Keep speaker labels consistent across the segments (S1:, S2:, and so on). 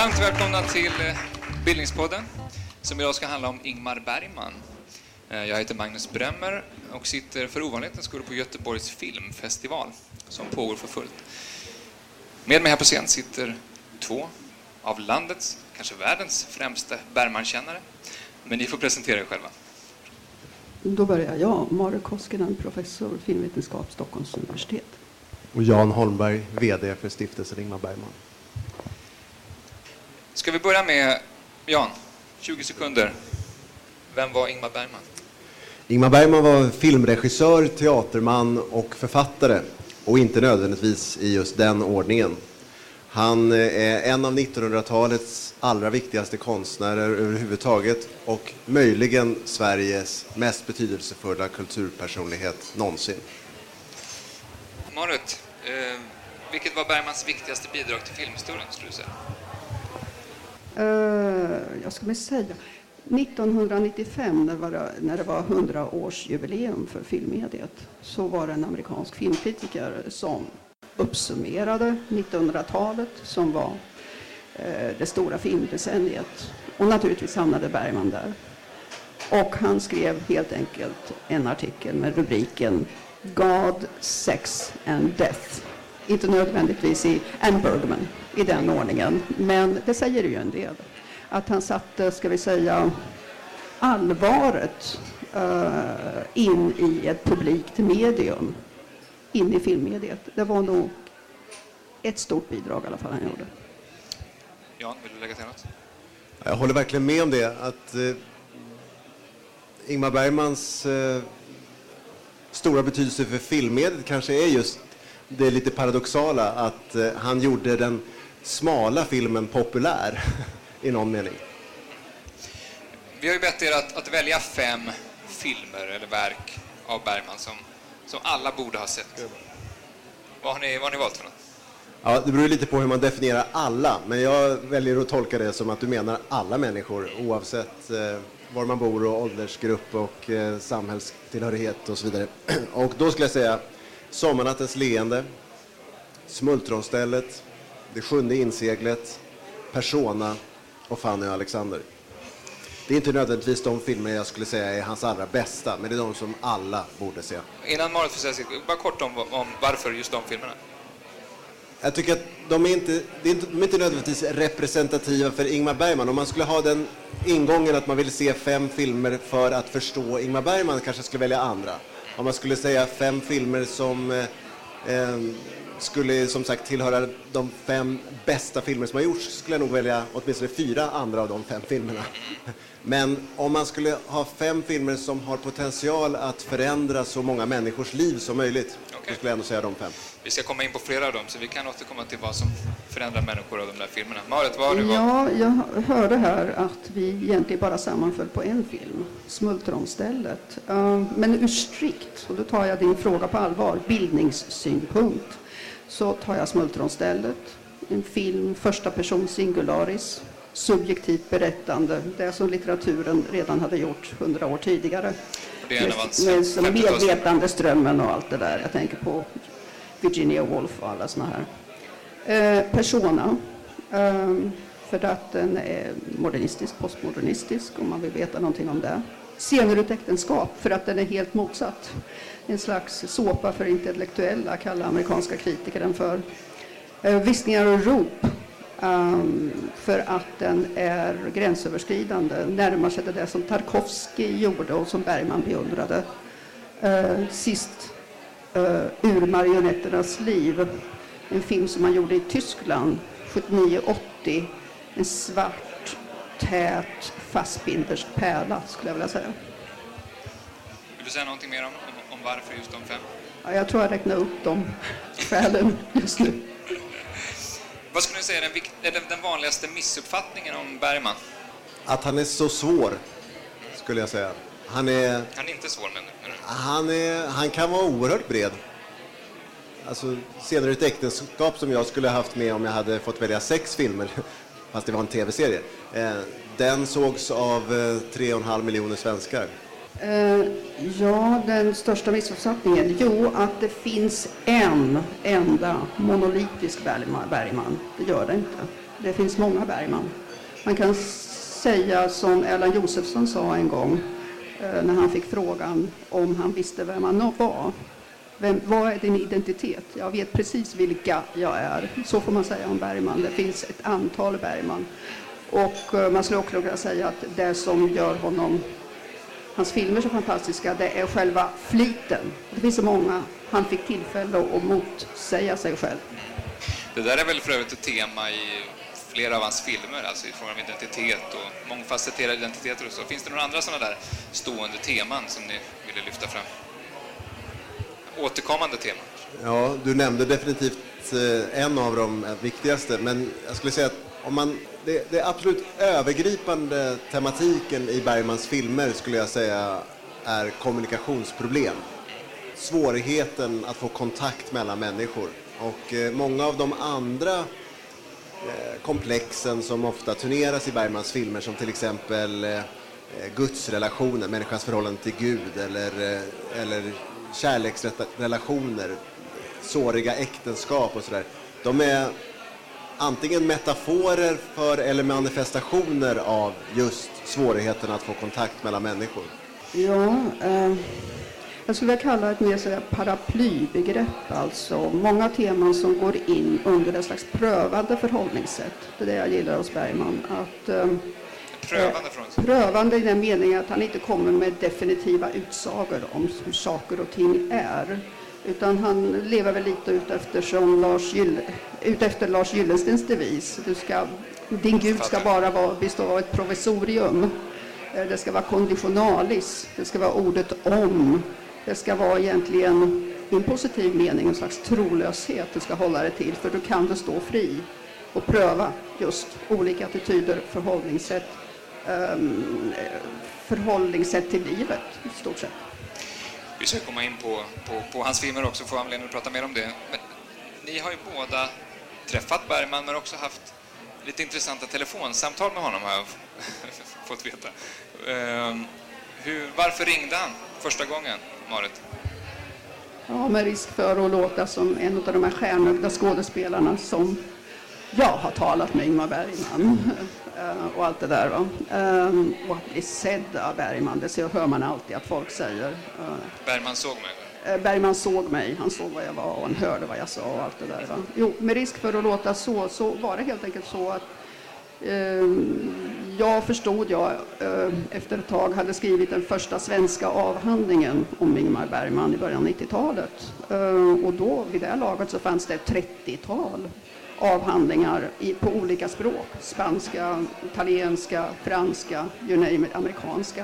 S1: Varmt välkomna till Bildningspodden som idag ska handla om Ingmar Bergman. Jag heter Magnus Bremmer och sitter för ovanlighetens skull på Göteborgs filmfestival som pågår för fullt. Med mig här på scen sitter två av landets, kanske världens främsta Bergman-kännare. Men ni får presentera er själva.
S2: Då börjar jag. Marek Koskinen, professor filmvetenskap, Stockholms universitet.
S3: Och Jan Holmberg, vd för stiftelsen Ingmar Bergman.
S1: Ska vi börja med Jan? 20 sekunder. Vem var Ingmar Bergman?
S3: Ingmar Bergman var filmregissör, teaterman och författare. Och inte nödvändigtvis i just den ordningen. Han är en av 1900-talets allra viktigaste konstnärer överhuvudtaget. Och möjligen Sveriges mest betydelsefulla kulturpersonlighet någonsin.
S1: Marit, vilket var Bergmans viktigaste bidrag till filmhistorien, skulle du säga?
S2: Jag ska säga 1995 när det var 100-årsjubileum för filmmediet, så var det en amerikansk filmkritiker som uppsummerade 1900-talet som var det stora filmdecenniet, och naturligtvis hamnade Bergman där. Och han skrev helt enkelt en artikel med rubriken God, Sex and Death. Inte nödvändigtvis i Anne Bergman i den ordningen, men det säger ju en del. Att han satte, ska vi säga, allvaret in i ett publikt medium, in i filmmediet. Det var nog ett stort bidrag i alla fall han gjorde.
S1: Jan, vill du lägga till något?
S3: Jag håller verkligen med om det. Att Ingmar Bergmans stora betydelse för filmmediet kanske är just det lite paradoxala att han gjorde den smala filmen populär i någon mening.
S1: Vi har ju bett er att välja 5 filmer eller verk av Bergman som alla borde ha sett. Vad har ni valt för något?
S3: Ja, det beror lite på hur man definierar alla, men jag väljer att tolka det som att du menar alla människor oavsett var man bor och åldersgrupp och samhällstillhörighet och så vidare. Och då skulle jag säga Sommarnattens leende, Smultronstället, Det sjunde inseglet, Persona och Fanny och Alexander. Det är inte nödvändigtvis de filmer jag skulle säga är hans allra bästa, men det är de som alla borde se.
S1: Innan Marit får säga sitt, bara kort om varför just de filmerna.
S3: Jag tycker att de är inte nödvändigtvis representativa för Ingmar Bergman. Om man skulle ha den ingången att man vill se 5 filmer för att förstå Ingmar Bergman, kanske skulle välja andra. Om man skulle säga 5 filmer som skulle som sagt tillhöra de 5 bästa filmer som har gjorts, skulle jag nog välja åtminstone 4 andra av de 5 filmerna. Men om man skulle ha 5 filmer som har potential att förändra så många människors liv som möjligt, då skulle jag ändå säga de 5.
S1: Vi ska komma in på flera av dem, så vi kan återkomma till vad som förändrar människor av de där filmerna. Marit, vad har du valt?
S2: Ja, jag hörde här att vi egentligen bara sammanföll på en film, Smultronstället. Men ur strikt, och då tar jag din fråga på allvar, bildningssynpunkt, så tar jag Smultronstället. En film, första person singularis, subjektivt berättande, det som litteraturen redan hade gjort 100 år tidigare.
S1: Det är en av hans
S2: med medvetande strömmen och allt det där. Jag tänker på Virginia Woolf och alla såna här. Persona, för att den är modernistisk, postmodernistisk, om man vill veta någonting om det. Scener ut äktenskap, för att den är helt motsatt. En slags såpa för intellektuella, kallar amerikanska kritiker den för. Viskningar och rop, för att den är gränsöverskridande, närmar sig det som Tarkovsky gjorde och som Bergman beundrade. Sist Ur marionetternas liv, en film som man gjorde i Tyskland 79-80, en svart, tät, fastbindersk pärla, skulle jag vilja säga.
S1: Vill du säga någonting mer om varför just de 5?
S2: Ja, jag tror jag räknar upp de skälen just nu.
S1: Vad skulle ni säga är den vanligaste missuppfattningen om Bergman?
S3: Att han är så svår, skulle jag säga. Han är
S1: inte svår, men
S3: han kan vara oerhört bred. Alltså, senare ett äktenskap som jag skulle haft med om jag hade fått välja 6 filmer, fast det var en tv-serie. Den sågs av 3,5 miljoner svenskar.
S2: Ja, den största missuppfattningen. Jo, att det finns en enda monolitisk Bergman. Det gör det inte. Det finns många Bergman. Man kan säga som Erland Josephson sa en gång när han fick frågan om han visste vem han var. Vad är din identitet? Jag vet precis vilka jag är. Så får man säga om Bergman. Det finns ett antal Bergman. Och man skulle också kunna säga att det som gör hans filmer så fantastiska, det är själva fliten. Det finns så många. Han fick tillfälle att motsäga sig själv.
S1: Det där är väl för övrigt ett tema i flera av hans filmer, alltså i form av identitet och mångfacetterade identiteter och så. Finns det några andra sådana där stående teman som ni ville lyfta fram? Återkommande teman?
S3: Ja, du nämnde definitivt en av de viktigaste, men jag skulle säga att det absolut övergripande tematiken i Bergmans filmer skulle jag säga är kommunikationsproblem. Svårigheten att få kontakt mellan människor. Och många av de andra komplexen som ofta turneras i Bergmans filmer, som till exempel gudsrelationer, människans förhållande till Gud eller kärleksrelationer, såriga äktenskap och sådär. De är antingen metaforer för eller manifestationer av just svårigheten att få kontakt mellan människor.
S2: Ja, jag skulle vilja kalla ett mer så här paraplybegrepp, alltså många teman som går in under ett slags prövande förhållningssätt. Det är det jag gillar hos Bergman. Prövande i den meningen att han inte kommer med definitiva utsagor om hur saker och ting är. Utan han lever väl lite ut efter Lars Gyllenstens devis. Din Gud ska bara bestå av ett provisorium. Det ska vara konditionalis. Det ska vara ordet om. Det ska vara egentligen i en positiv mening en slags trolöshet du ska hålla dig till. För då kan du stå fri och pröva just olika attityder, förhållningssätt till livet i stort sett.
S1: Vi ska komma in på hans filmer också, få anledning att prata mer om det. Men ni har ju båda träffat Bergman men också haft lite intressanta telefonsamtal med honom, har jag fått veta. Varför ringde han första gången, Marit?
S2: Ja, med risk för att låta som en av de här stjärnögda skådespelarna som jag har talat med Ingmar Bergman och allt det där. Och att bli sedd av Bergman, det hör man alltid att folk säger.
S1: Bergman såg mig?
S2: Bergman såg mig, han såg vad jag var och han hörde vad jag sa och allt det där. Va? Jo, med risk för att låta så var det helt enkelt så att jag efter ett tag hade skrivit den första svenska avhandlingen om Ingmar Bergman i början av 90-talet. Och då, vid det här laget, så fanns det ett 30-tal avhandlingar på olika språk. Spanska, italienska, franska, you name it, amerikanska.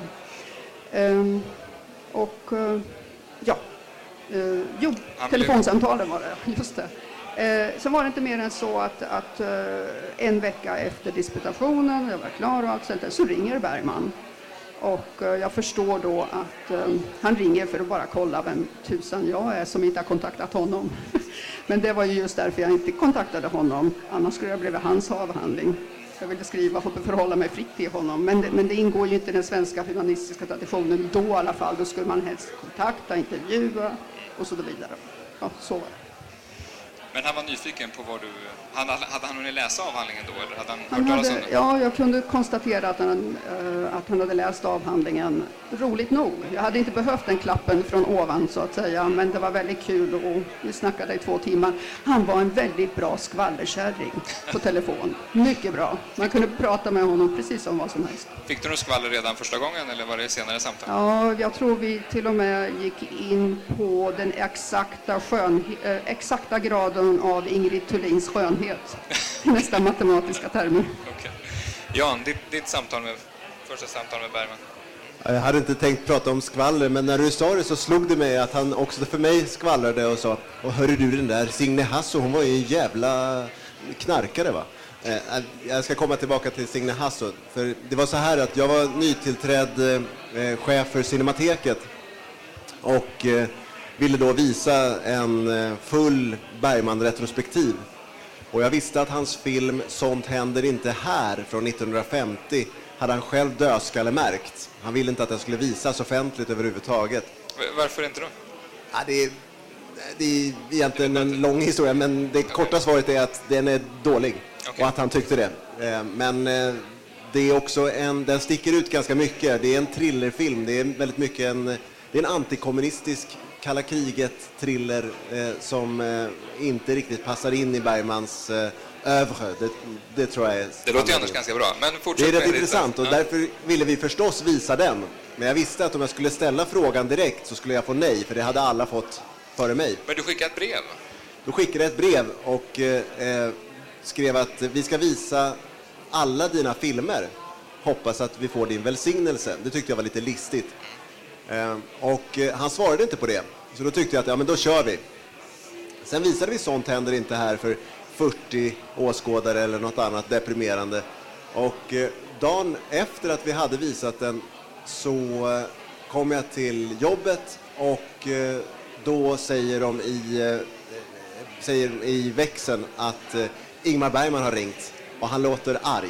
S2: Telefonsamtalen var det, just det. Sen var det inte mer än så att en vecka efter disputationen, jag var klar och allt sånt där, så ringer Bergman. Och jag förstår då att han ringer för att bara kolla vem tusan jag är som inte har kontaktat honom. Men det var ju just därför jag inte kontaktade honom. Annars skulle jag blivit hans avhandling. Jag ville skriva och förhålla mig fritt till honom. Men det ingår ju inte i den svenska humanistiska traditionen då i alla fall. Då skulle man helst kontakta, intervjua och så vidare. Ja, så var det.
S1: Men han var nyfiken på vad du... Hade han hunnit läsa avhandlingen då? Eller hade han hört talas om det?
S2: Ja, jag kunde konstatera att han hade läst avhandlingen. Roligt nog. Jag hade inte behövt den klappen från ovan så att säga. Men det var väldigt kul och vi snackade i 2 timmar. Han var en väldigt bra skvallerkärring på telefon. Mycket bra. Man kunde prata med honom precis om vad som helst.
S1: Fick du något skvaller redan första gången eller var det senare samtal?
S2: Ja, jag tror vi till och med gick in på den exakta graden av Ingrid Thulins skönhet. Nästan matematiska termer.
S1: Okay. Jan, ditt första samtal med Bergman.
S3: Jag hade inte tänkt prata om skvaller, men när du sa det så slog det mig att han också för mig skvallrade och sa: och hörde du den där Signe Hasso, hon var ju en jävla knarkare, va? Jag ska komma tillbaka till Signe Hasso, för det var så här att jag var nytillträdd chef för Cinemateket och ville då visa en full Bergman-retrospektiv. Och jag visste att hans film Sånt händer inte här från 1950 hade han själv dödskallemärkt. Han ville inte att den skulle visas offentligt överhuvudtaget.
S1: Varför inte då?
S3: Ja, det är egentligen en lång historia, men det korta svaret är att den är dålig. och att han tyckte det. Men det är också den sticker ut ganska mycket. Det är en thrillerfilm. Det är väldigt mycket det är en antikommunistisk kalla kriget-thriller som inte riktigt passar in i Bergmans övre. Det tror jag är...
S1: Det låter ju annars ganska bra. Men
S3: det är rätt intressant och därför ville vi förstås visa den. Men jag visste att om jag skulle ställa frågan direkt så skulle jag få nej, för det hade alla fått före mig.
S1: Men du skickade ett brev?
S3: Då skickade jag ett brev och skrev att vi ska visa alla dina filmer. Hoppas att vi får din välsignelse. Det tyckte jag var lite listigt. Och han svarade inte på det. Så då tyckte jag att ja, men då kör vi. Sen visade vi Sånt händer inte här för 40 åskådare eller något annat deprimerande. Och dagen efter att vi hade visat den så kom jag till jobbet och då säger de i växeln att Ingmar Bergman har ringt och han låter arg.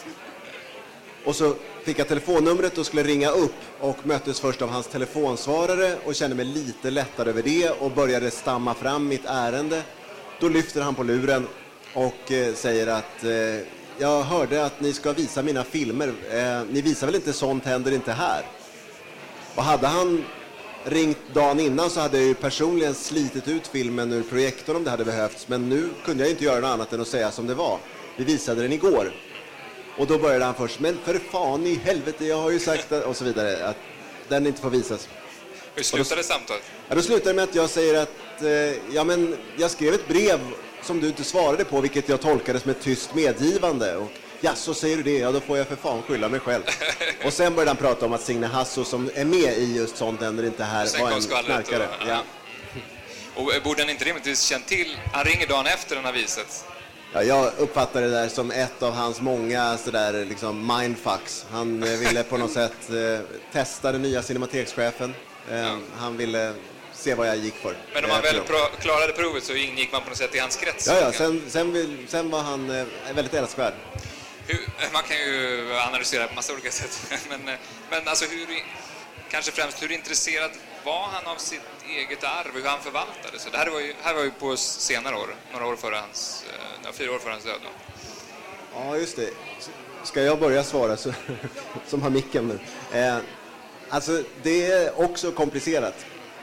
S3: Och så fick jag telefonnumret och skulle ringa upp och möttes först av hans telefonsvarare och kände mig lite lättare över det och började stamma fram mitt ärende. Då lyfter han på luren och säger att jag hörde att ni ska visa mina filmer. Ni visar väl inte Sånt händer inte här? Och hade han ringt dagen innan så hade jag ju personligen slitit ut filmen ur projektorn om det hade behövts. Men nu kunde jag inte göra något annat än att säga som det var. Vi visade den igår. Och då började han först, men för fan i helvete, jag har ju sagt och så vidare, att den inte får visas.
S1: Hur slutade samtalet?
S3: Ja, då slutade det med att jag säger att ja, men jag skrev ett brev som du inte svarade på, vilket jag tolkade som ett tyst medgivande. Och ja, så säger du det, ja då får jag för fan skylla mig själv. Och sen började han prata om att Signe Hasso som är med i just Sånt händer inte här var en knarkare. Ja.
S1: Och borde han inte rimligtvis känt till, han ringer dagen efter den har visats.
S3: Ja, jag uppfattar det där som ett av hans många sådär, liksom mindfucks. Han ville på något sätt testa den nya cinematekschefen. Han ville se vad jag gick för.
S1: Men om man väl klarade provet så ingick man på något sätt i hans krets?
S3: Ja, sen var han väldigt älskvärd.
S1: Man kan ju analysera på massa olika sätt. men alltså kanske främst hur intresserad var han av sitt eget arv, hur han förvaltade. Så det här var ju på senare år, några år före 4 år före hans död då.
S3: Ja, just det. Ska jag börja svara som har micken nu? Alltså, det är också komplicerat.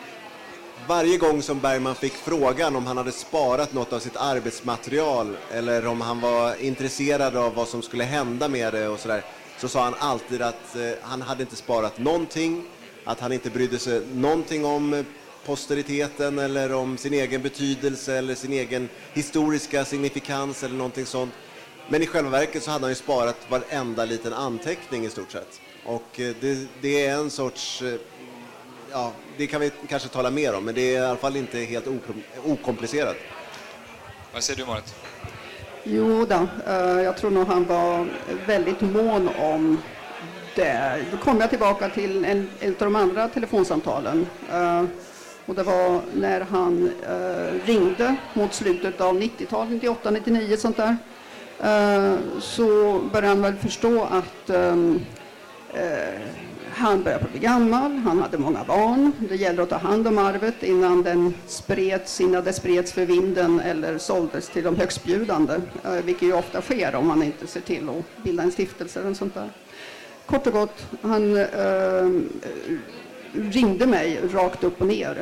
S3: Varje gång som Bergman fick frågan om han hade sparat något av sitt arbetsmaterial eller om han var intresserad av vad som skulle hända med det och sådär, så sa han alltid att han hade inte sparat någonting, att han inte brydde sig någonting om posteriteten eller om sin egen betydelse eller sin egen historiska signifikans eller någonting sånt. Men i själva verket så hade han ju sparat varenda liten anteckning i stort sett. Och det är en sorts, ja, det kan vi kanske tala mer om, men det är i alla fall inte helt okomplicerat.
S1: Vad säger du, Marit?
S2: Jo då, jag tror nog han var väldigt mån om det. Då kom jag tillbaka till en av de andra telefonsamtalen. Och det var när han ringde mot slutet av 90-talet, 98, 99, sånt där. Så började han väl förstå att han började bli gammal, han hade många barn. Det gäller att ta hand om arvet innan det spreds för vinden eller såldes till de högstbjudande. Vilket ju ofta sker om man inte ser till att bilda en stiftelse eller sånt där. Kort och gott, han ringde mig rakt upp och ner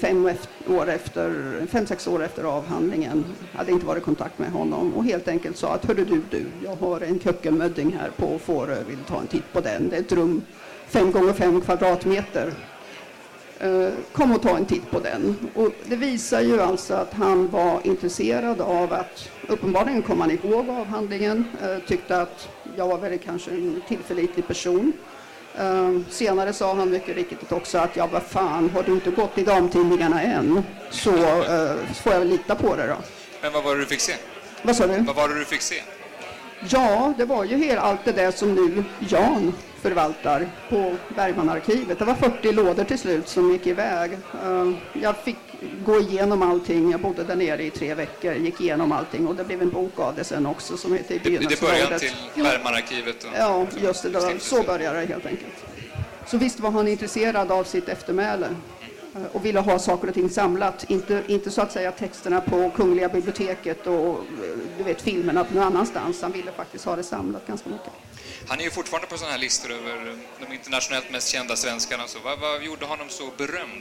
S2: 5-6 år efter avhandlingen. Hade inte varit i kontakt med honom och helt enkelt sa att hörru du, jag har en kökkenmödding här på Fårö, vill ta en titt på den. Det är ett rum 5x5 kvadratmeter. Kom och ta en titt på den. Och det visar ju alltså att han var intresserad av att, uppenbarligen kom han ihåg avhandlingen, tyckte att jag var väl kanske en tillförlitlig person. Senare sa han mycket riktigt också att vad fan, har du inte gått i damtidningarna än så får jag väl lita på det då.
S1: Men vad var det du fick se?
S2: Vad sa du?
S1: Vad var det du fick se?
S2: Ja, det var ju allt det där som nu Jan förvaltar på Bergmanarkivet. Det var 40 lådor till slut som gick iväg. Jag fick gå igenom allting. Jag bodde där nere i 3 veckor, gick igenom allting och det blev en bok av det sen också som heter I
S1: det början till Bergmanarkivet?
S2: Ja, just det. Så började det helt enkelt. Så visst var han intresserad av sitt eftermäle. och ville ha saker och ting samlat. Inte så att säga texterna på Kungliga biblioteket och du vet filmerna på någon annanstans. Han ville faktiskt ha det samlat ganska mycket.
S1: Han är ju fortfarande på sådana här listor över de internationellt mest kända svenskarna. Så vad gjorde honom så berömd?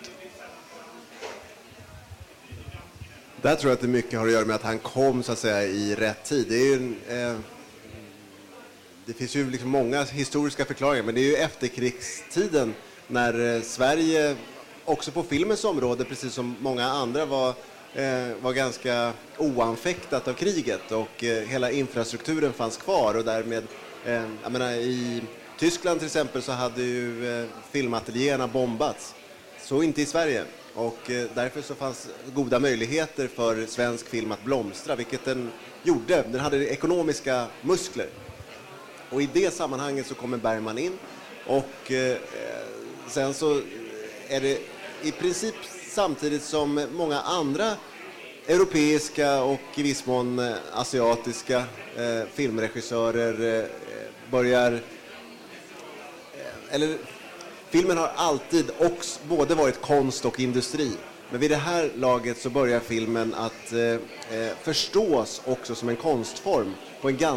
S3: Där tror jag att det mycket har att göra med att han kom så att säga i rätt tid. Det är ju det finns ju liksom många historiska förklaringar, men det är ju efterkrigstiden när Sverige också på filmens område, precis som många andra, var ganska oanfäktat av kriget och hela infrastrukturen fanns kvar och därmed, jag menar, i Tyskland till exempel så hade ju filmateljéerna bombats, så inte i Sverige. Och därför så fanns goda möjligheter för svensk film att blomstra, vilket den gjorde. Den hade ekonomiska muskler. Och i det sammanhanget så kommer Bergman in och sen så är det i princip samtidigt som många andra europeiska och i viss mån asiatiska filmregissörer börjar, eller filmen har alltid också både varit konst och industri, men vid det här laget så börjar filmen att förstås också som en konstform på en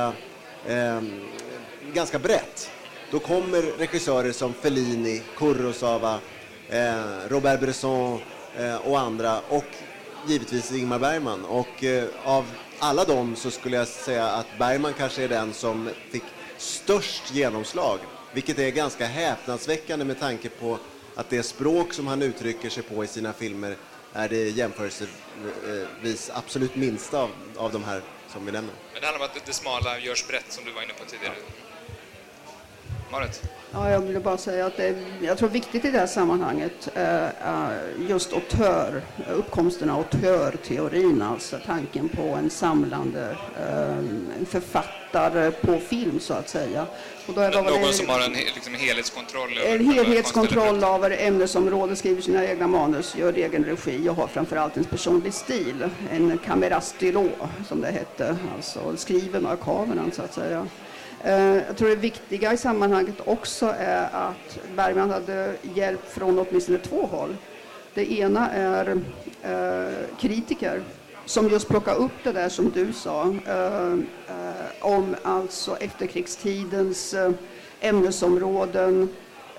S3: ganska brett. Då kommer regissörer som Fellini, Kurosawa, Robert Bresson och andra, och givetvis Ingmar Bergman. Och av alla dem så skulle jag säga att Bergman kanske är den som fick störst genomslag, vilket är ganska häpnadsväckande med tanke på att det språk som han uttrycker sig på i sina filmer är det jämförelsevis absolut minsta av de här som vi nämner.
S1: Men det handlar om att det smala görs brett, som du var inne på tidigare. Marit?
S2: Ja, jag vill bara säga att jag tror viktigt i det här sammanhanget just uppkomsten av auteurteorin, alltså tanken på en samlande författare på film så att säga. Och då
S1: någon som har en helhetskontroll över
S2: en helhetskontroll över ämnesområdet, skriver sina egna manus, gör egen regi och har framförallt en personlig stil, en camera stylo som det hette, alltså skriven av kameran så att säga. Jag tror det viktiga i sammanhanget också är att Bergman hade hjälp från åtminstone två håll. Det ena är kritiker som just plockar upp det där som du sa om alltså efterkrigstidens ämnesområden,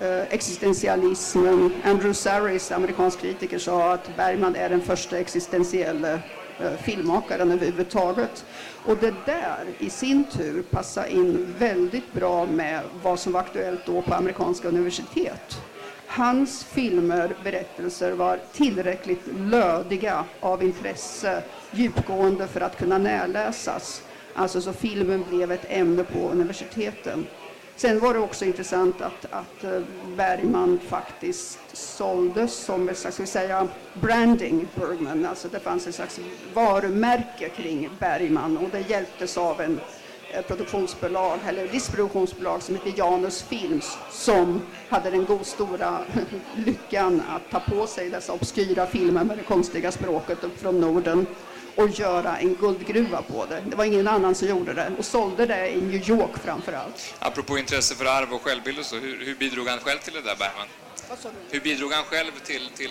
S2: existentialismen. Andrew Sarris, amerikansk kritiker, sa att Bergman är den första existentiella filmmakaren överhuvudtaget. Och det där i sin tur passar in väldigt bra med vad som var aktuellt då på amerikanska universitet. Hans filmer, berättelser var tillräckligt lödiga av intresse, djupgående för att kunna närläsas. Alltså så filmen blev ett ämne på universiteten. Sen var det också intressant att Bergman faktiskt såldes som ett slags, ska vi säga, branding Bergman. Alltså det fanns ett slags varumärke kring Bergman och det hjälptes av en produktionsbolag eller distributionsbolag som heter Janus Films, som hade den stora lyckan att ta på sig dessa obskyra filmer med det konstiga språket upp från Norden och göra en guldgruva på det. Det var ingen annan som gjorde det och sålde det i New York framförallt.
S1: Apropå intresse för arv och självbild och så, hur bidrog han själv till det där, Bergman?
S2: Vad sa du?
S1: Hur bidrog han själv till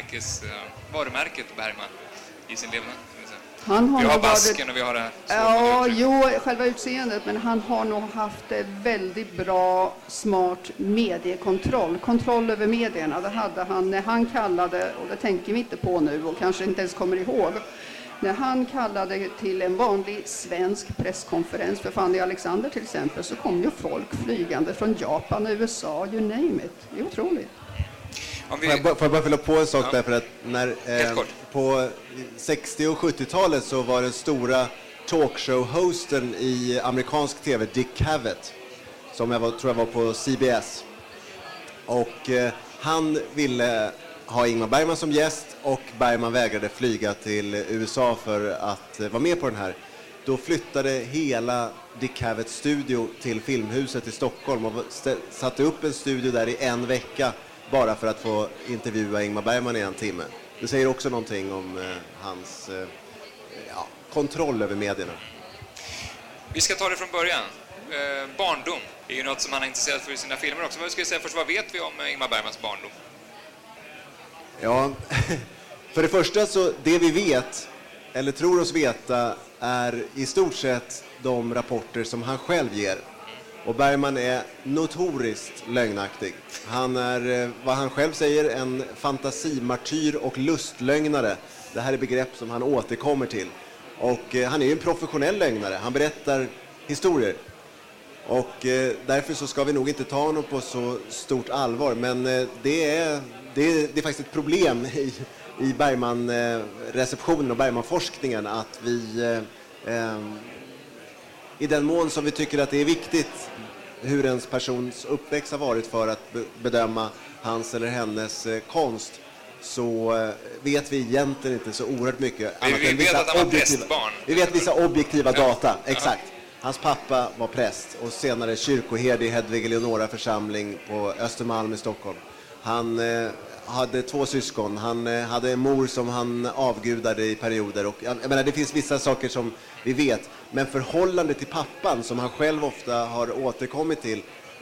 S1: varumärket Bergman i sin levnad? Vi har basken och vi har det här.
S2: Själva utseendet, men han har nog haft väldigt bra, smart mediekontroll. Kontroll över medierna, det hade han när han kallade, och det tänker vi inte på nu och kanske inte ens kommer ihåg, när han kallade till en vanlig svensk presskonferens för Fanny Alexander till exempel, så kom ju folk flygande från Japan, USA, you name it. Det är otroligt.
S3: Får jag bara fylla på en sak där, för att när, på 60- och 70-talet så var den stora talkshow-hosten i amerikansk tv Dick Cavett, som tror jag var på CBS. Och han ville ha Ingmar Bergman som gäst och Bergman vägrade flyga till USA för att vara med på den här. Då flyttade hela Dick Cavetts studio till Filmhuset i Stockholm och satte upp en studio där i en vecka bara för att få intervjua Ingmar Bergman i en timme. Det säger också någonting om hans kontroll över medierna.
S1: Vi ska ta det från början. Barndom är ju något som han är intresserad för i sina filmer också. Vad ska jag säga först, vad vet vi om Ingmar Bergmans barndom?
S3: Ja, för det första så det vi vet, eller tror oss veta, är i stort sett de rapporter som han själv ger. Och Bergman är notoriskt lögnaktig. Han är, vad han själv säger, en fantasimartyr och lustlögnare. Det här är begrepp som han återkommer till. Och han är ju en professionell lögnare. Han berättar historier. Och därför så ska vi nog inte ta honom på så stort allvar. Men det är faktiskt ett problem i Bergman-receptionen och Bergman-forskningen att vi i den mån som vi tycker att det är viktigt hur ens persons uppväxt har varit för att bedöma hans eller hennes konst, så vet vi egentligen inte så oerhört mycket.
S1: Vi vet att han var prästbarn.
S3: Vi vet vissa objektiva data, exakt. Hans pappa var präst och senare kyrkoherde i Hedvig Eleonora församling på Östermalm i Stockholm. Han hade 2 syskon. Han hade en mor som han avgudade i perioder. Och, jag menar, det finns vissa saker som vi vet. Men förhållande till pappan, som han själv ofta har återkommit till,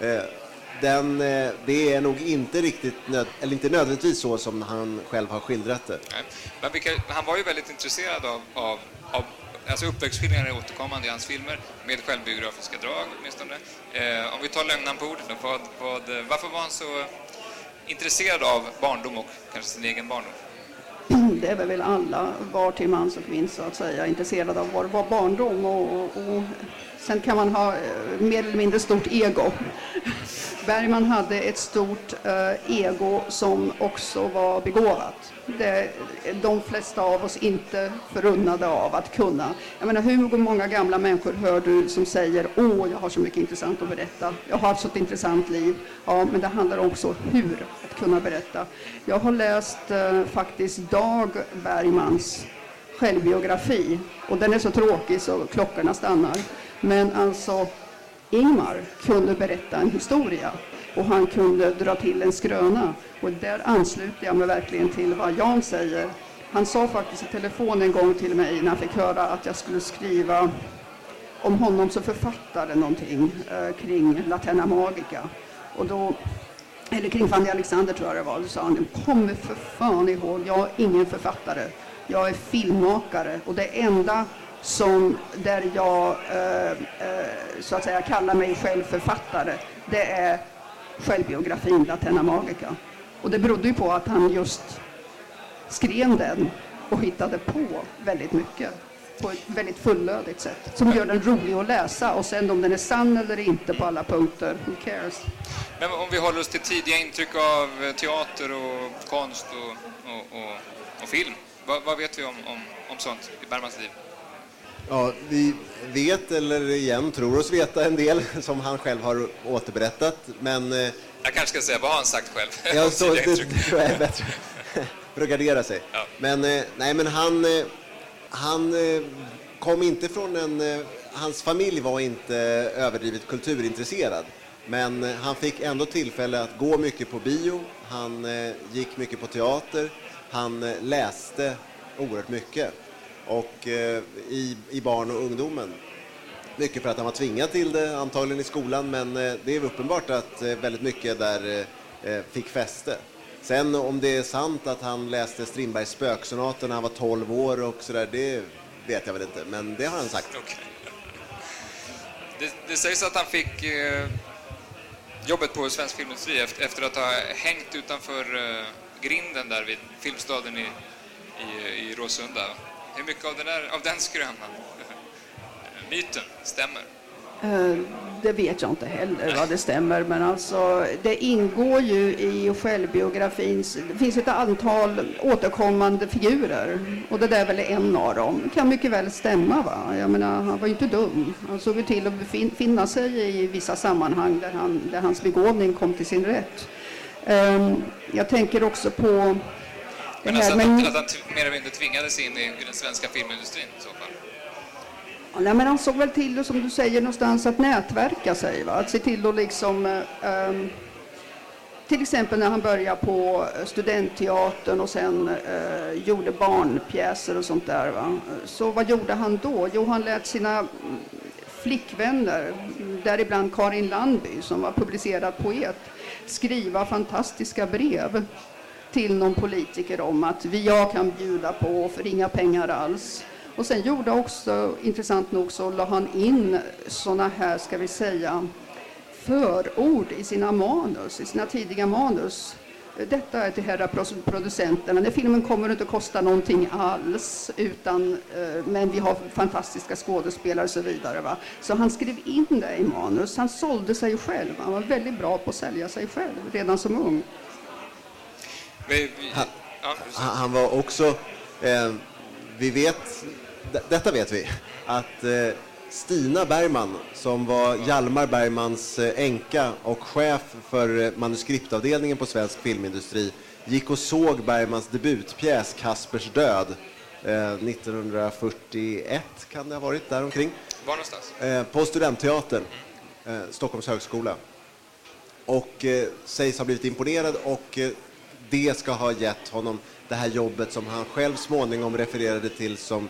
S3: det är nog inte riktigt eller inte nödvändigtvis så som han själv har skildrat det.
S1: Men han var ju väldigt intresserad av alltså uppväxtskildringar är återkommande i hans filmer med självbiografiska drag åtminstone. Om vi tar Lögnan på orden, varför var han så intresserad av barndom och kanske sin egen barndom?
S2: Det är väl alla, var till mans och kvinna så att säga, intresserade av vad var barndom och sen kan man ha mer eller mindre stort ego. Bergman hade ett stort ego som också var begåvat. De flesta av oss inte förunnade av att kunna. Jag menar, hur många gamla människor hör du som säger jag har så mycket intressant att berätta. Jag har så ett intressant liv. Ja, men det handlar också hur att kunna berätta. Jag har läst faktiskt Dag Bergmans självbiografi och den är så tråkig så klockorna stannar. Men alltså Ingmar kunde berätta en historia och han kunde dra till en skröna. Och där ansluter jag mig verkligen till vad Jan säger. Han sa faktiskt i telefon en gång till mig när han fick höra att jag skulle skriva om honom som författare någonting kring Laterna Magica. Och då, eller kring Fanny Alexander tror jag det var, då sa han, kom för fan ihåg, jag är ingen författare. Jag är filmmakare och det enda där jag så att säga kallar mig själv författare, det är självbiografin Laterna Magica. Och det berodde ju på att han just skrev den och hittade på väldigt mycket på ett väldigt fullödigt sätt som gör den rolig att läsa, och sen om den är sann eller inte på alla punkter, who cares?
S1: Men om vi håller oss till tidiga intryck av teater och konst och film, vad vet vi om sånt i Bergmans liv?
S3: Ja, vi vet, eller igen tror oss veta en del som han själv har återberättat, men
S1: jag kanske ska säga vad han sagt själv.
S3: Ja, så det tror jag är bättre för att gardera sig. Ja. Men nej, men han kom inte från hans familj var inte överdrivet kulturintresserad, men han fick ändå tillfälle att gå mycket på bio, han gick mycket på teater, han läste oerhört mycket. Och i barn och ungdomen. Mycket för att han var tvingad till det, antagligen i skolan, men det är uppenbart att väldigt mycket där fick fäste. Sen om det är sant att han läste Strindbergs spöksonater när han var 12 år och sådär, det vet jag väl inte, men det har han sagt.
S1: Okay. Det sägs att han fick jobbet på Svensk Filmindustri efter att ha hängt utanför grinden där vid Filmstaden i Råsunda. Hur mycket av den skrönan, myten, stämmer?
S2: Det vet jag inte heller vad det stämmer, men alltså det ingår ju i självbiografins, det finns ett antal återkommande figurer och det där är väl en av dem. Det kan mycket väl stämma, va? Jag menar, han var ju inte dum. Han såg ju till att finna sig i vissa sammanhang där hans begåvning kom till sin rätt. Jag tänker också på
S1: men alltså att han mer eller mindre tvingades in i den svenska filmindustrin i så fall?
S2: Nej, men han såg väl till, som du säger, någonstans att nätverka sig. Va? Att se till att liksom... till exempel när han började på studentteatern och sen gjorde barnpjäser och sånt där. Va? Så vad gjorde han då? Jo, han lät sina flickvänner, däribland Karin Landby som var publicerad poet, skriva fantastiska brev till någon politiker om att jag kan bjuda på för inga pengar alls. Och sen gjorde också, intressant nog, så la han in såna här, ska vi säga, förord i sina manus, i sina tidiga manus. Detta är till herrar producenterna. Den filmen kommer inte att kosta någonting alls, men vi har fantastiska skådespelare och så vidare. Va? Så han skrev in det i manus. Han sålde sig själv. Han var väldigt bra på att sälja sig själv redan som ung.
S3: Han var också, detta vet vi, att Stina Bergman, som var Hjalmar Bergmans änka och chef för manuskriptavdelningen på Svensk Filmindustri, gick och såg Bergmans debutpjäs Kaspers död 1941, kan det ha varit där omkring.
S1: Var någonstans?
S3: På Studentteatern, Stockholms högskola. Och sägs ha blivit imponerad, och det ska ha gett honom det här jobbet som han själv småningom refererade till som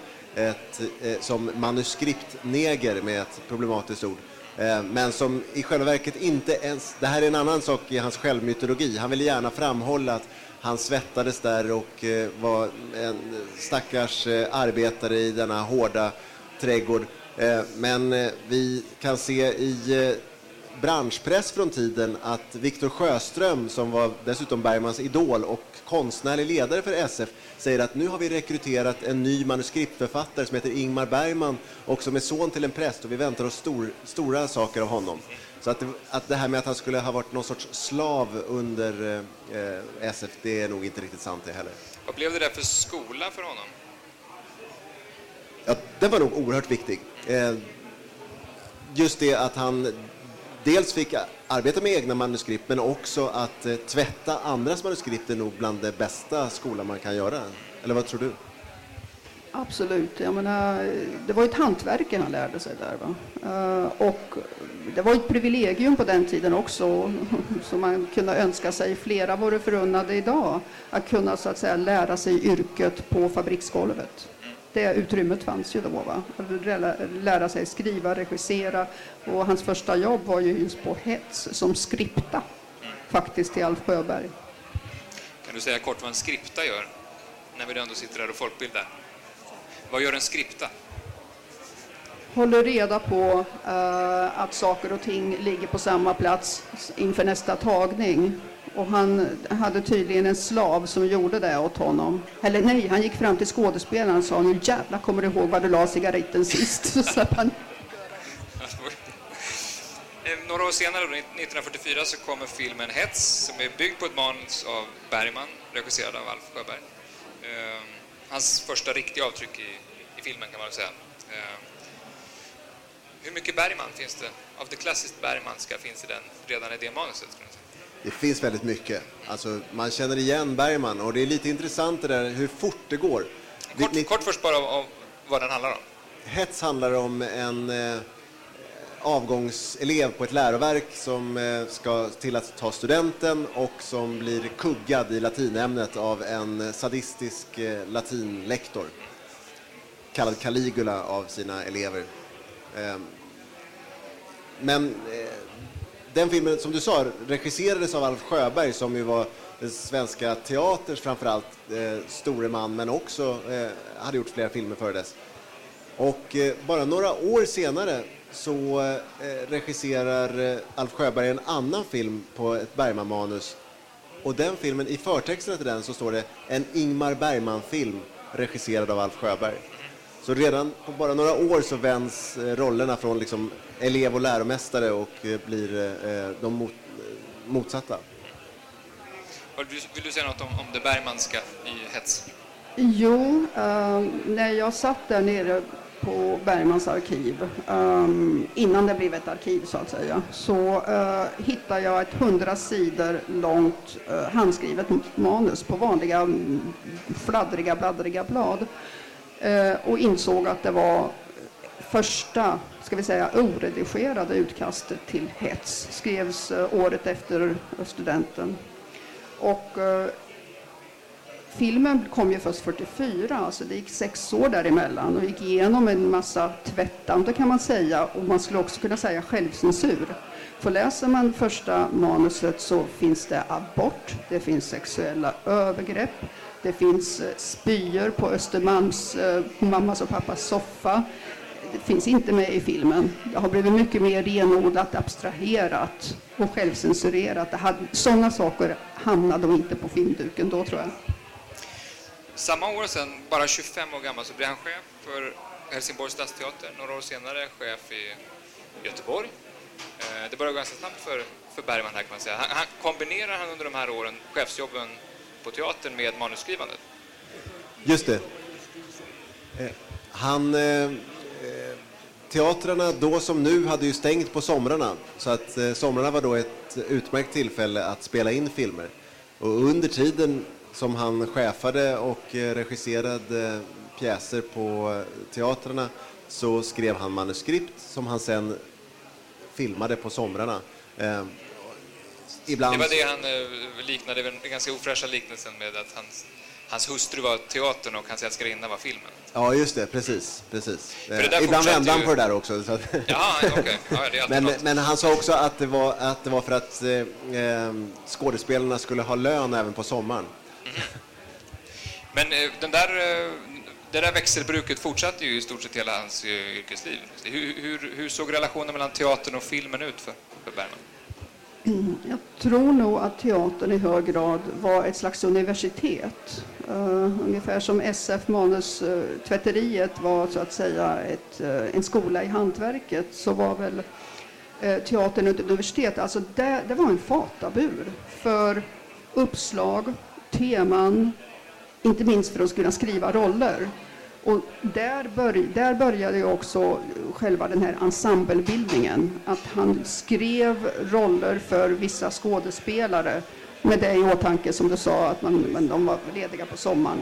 S3: manuskriptneger, med ett problematiskt ord. Men som i själva verket inte ens, det här är en annan sak i hans självmytologi. Han ville gärna framhålla att han svettades där och var en stackars arbetare i denna hårda trädgård. Men vi kan se i branschpress från tiden att Viktor Sjöström, som var dessutom Bergmans idol och konstnärlig ledare för SF, säger att nu har vi rekryterat en ny manuskriptförfattare som heter Ingmar Bergman och som är son till en präst, och vi väntar oss stora saker av honom. Så att det här med att han skulle ha varit någon sorts slav under SF, det är nog inte riktigt sant det heller.
S1: Vad blev det där för skola för honom?
S3: Ja, den var nog oerhört viktig. Just det att han dels fick arbeta med egna manuskript, men också att tvätta andras manuskript är nog bland det bästa skolan man kan göra. Eller vad tror du?
S2: Absolut. Jag menar, det var ett hantverk han lärde sig där. Va? Och det var ett privilegium på den tiden också, som man kunde önska sig. Flera vore förunnade idag att kunna, så att säga, lära sig yrket på fabriksgolvet. Det utrymmet fanns ju då, va? Lära sig skriva, regissera, och hans första jobb var ju just på Hets som skripta, faktiskt, till Alf Sjöberg.
S1: Kan du säga kort vad en skripta gör, när vi ändå sitter där och folkbildar? Vad gör en skripta?
S2: Håller reda på att saker och ting ligger på samma plats inför nästa tagning. Och han hade tydligen en slav som gjorde det åt honom. Eller nej, han gick fram till skådespelaren och sa: nu jävla, kommer du ihåg vad du la cigaretten sist? Så han...
S1: Några år senare, 1944, så kommer filmen Hets, som är byggd på ett manus av Bergman, regisserad av Alf Sjöberg. Hans första riktiga avtryck i filmen, kan man säga. Hur mycket Bergman finns det, av det klassiskt Bergmanska, finns det redan i det manuset?
S3: Det finns väldigt mycket. Alltså, man känner igen Bergman, och det är lite intressant det där hur fort det går.
S1: Kort först bara om vad den handlar om.
S3: Hets handlar om en avgångselev på ett läroverk som ska till att ta studenten och som blir kuggad i latinämnet av en sadistisk latinlektor kallad Caligula av sina elever. Men den filmen, som du sa, regisserades av Alf Sjöberg, som ju var den svenska teaters framförallt store man, men också hade gjort flera filmer före dess. Och bara några år senare så regisserar Alf Sjöberg en annan film på ett Bergman-manus. Och den filmen, i förtexten till den så står det en Ingmar Bergman-film regisserad av Alf Sjöberg. Så redan på bara några år så vänds rollerna från liksom elev och läromästare och blir de motsatta.
S1: Vill du säga något om det Bergmanska i Hets?
S2: Jo, när jag satt där nere på Bergmans arkiv, innan det blev ett arkiv så att säga, så hittade jag ett 100 sidor långt handskrivet manus på vanliga fladdriga, bladdriga blad, och insåg att det var första, ska vi säga, oredigerade utkastet till Hets. Skrevs året efter studenten. Och filmen kom ju först 44, alltså det gick 6 år däremellan och gick igenom en massa tvättande kan man säga, och man skulle också kunna säga självcensur. För läser man första manuset så finns det abort, det finns sexuella övergrepp, det finns spyor på Östermalms mammas och pappas soffa. Det finns inte med i filmen. Det har blivit mycket mer renodlat, abstraherat och självcensurerat. Sådana saker hamnade inte på filmduken då, tror jag.
S1: Samma år sedan, bara 25 år gammal, så blev han chef för Helsingborgs stadsteater. Några år senare chef i Göteborg. Det började ganska snabbt för Bergman här, kan man säga. Kombinerar han under de här åren chefsjobben på teatern med manusskrivandet?
S3: Just det. Teatrarna då som nu hade ju stängt på somrarna, så att somrarna var då ett utmärkt tillfälle att spela in filmer. Och under tiden som han chefade och regisserade pjäser på teatrarna så skrev han manuskript som han sen filmade på somrarna. Ibland...
S1: Det var det han liknade, den ganska ofräscha liknelsen med att hans hustru var teatern och hans älskarinna var filmen.
S3: Ja, just det, precis. Ibland vände han på det där också. Så att...
S1: Jaha, okej. Ja, det är
S3: men han sa också att det var för att skådespelarna skulle ha lön även på sommaren.
S1: Mm. Men det där växelbruket fortsatte ju i stort sett hela hans yrkesliv. Hur såg relationen mellan teatern och filmen ut för Bergman?
S2: Jag tror nog att teatern i hög grad var ett slags universitet. Ungefär som SF Manustvätteriet var så att säga en skola i hantverket, så var väl teatern ett universitet. Alltså det var en fatabur för uppslag, teman, inte minst för att kunna skriva roller. Och där började ju också själva den här ensemblebildningen. Att han skrev roller för vissa skådespelare med det i åtanke, som du sa, att de var lediga på sommaren.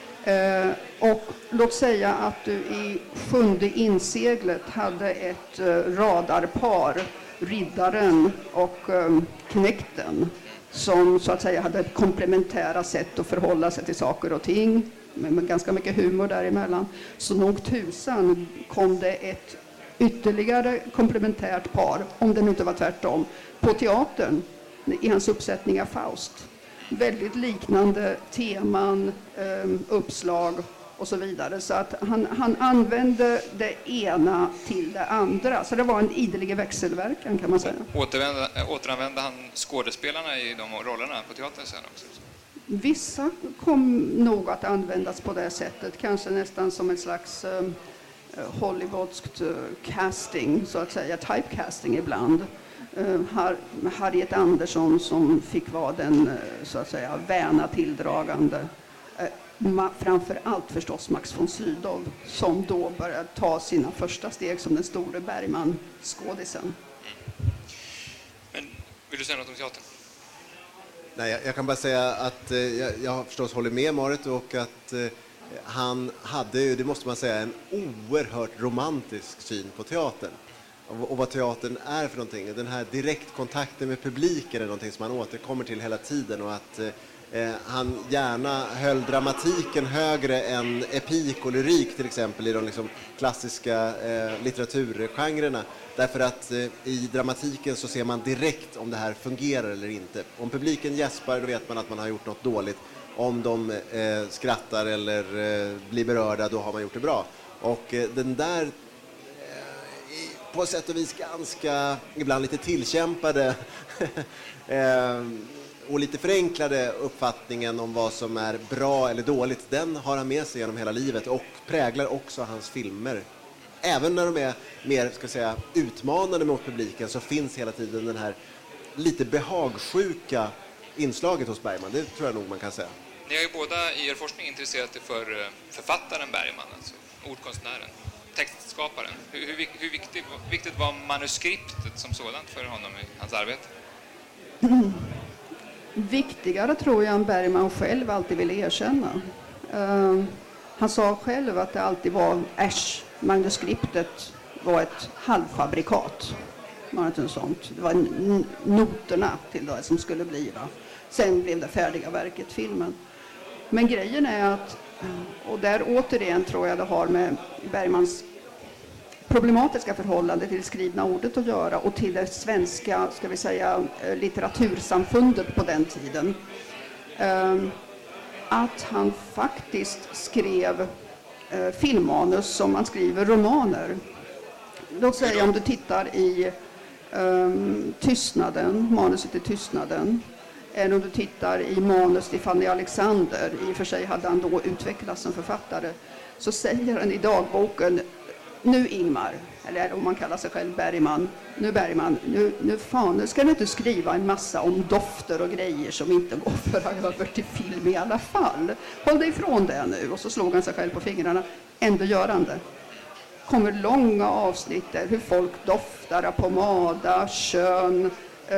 S2: Och låt säga att du i 7:e inseglet hade ett radarpar, riddaren och knekten, som så att säga hade ett komplementära sätt att förhålla sig till saker och ting, med ganska mycket humor däremellan. Så nog tusan kom det ett ytterligare komplementärt par, om det inte var tvärtom, på teatern i hans uppsättning av Faust. Väldigt liknande teman, uppslag och så vidare. Så att han använde det ena till det andra. Så det var en idelig växelverkan, kan man säga.
S1: Återanvände han skådespelarna i de rollerna på teatern sen också?
S2: Vissa kom nog att användas på det sättet. Kanske nästan som en slags hollywoodskt casting, så att säga. Typecasting ibland. Harriet Andersson som fick vara den så att säga väna tilldragande. Framför allt förstås Max von Sydow, som då började ta sina första steg som den store Bergman-skådisen.
S1: Men vill du säga något om teatern?
S3: Nej, jag kan bara säga att jag förstås håller med Marit, och att han hade ju, det måste man säga, en oerhört romantisk syn på teatern. Och vad teatern är för någonting. Den här direktkontakten med publiken är någonting som han återkommer till hela tiden, och att han gärna höll dramatiken högre än epik och lyrik till exempel i de liksom klassiska litteraturgenrerna. Därför att i dramatiken så ser man direkt om det här fungerar eller inte. Om publiken gäspar, då vet man att man har gjort något dåligt. Om de skrattar eller blir berörda, då har man gjort det bra. Och den där på sätt och vis ganska, ibland lite tillkämpade och lite förenklade uppfattningen om vad som är bra eller dåligt, den har han med sig genom hela livet och präglar också hans filmer. Även när de är mer, ska säga, utmanande mot publiken, så finns hela tiden den här lite behagsjuka inslaget hos Bergman. Det tror jag nog man kan säga.
S1: Ni har ju båda i er forskning intresserat er för författaren Bergman, alltså ordkonstnären, textskaparen. Hur viktigt var manuskriptet som sådant för honom i hans arbete?
S2: Viktigare tror jag än Bergman själv alltid ville erkänna. Han sa själv att det alltid var manuskriptet var ett halvfabrikat. Sånt. Det var noterna till det som skulle bli. Va? Sen blev det färdiga verket, filmen. Men grejen är att, och där återigen tror jag det har med Bergmans problematiska förhållande till det skrivna ordet att göra och till det svenska, ska vi säga, litteratursamfundet på den tiden. Att han faktiskt skrev filmmanus som man skriver romaner. Låt säga om du tittar i Tystnaden, manuset i Tystnaden, eller om du tittar i manus till Fanny Alexander, i och för sig hade han då utvecklats som författare, så säger han i dagboken: nu Ingmar, eller om man kallar sig själv Bergman, nu ska du inte skriva en massa om dofter och grejer som inte går att föra över till film i alla fall. Håll dig ifrån det nu. Och så slog han sig själv på fingrarna. Ändå gör han det. Kommer långa avsnitt där hur folk doftar av pomada, kön,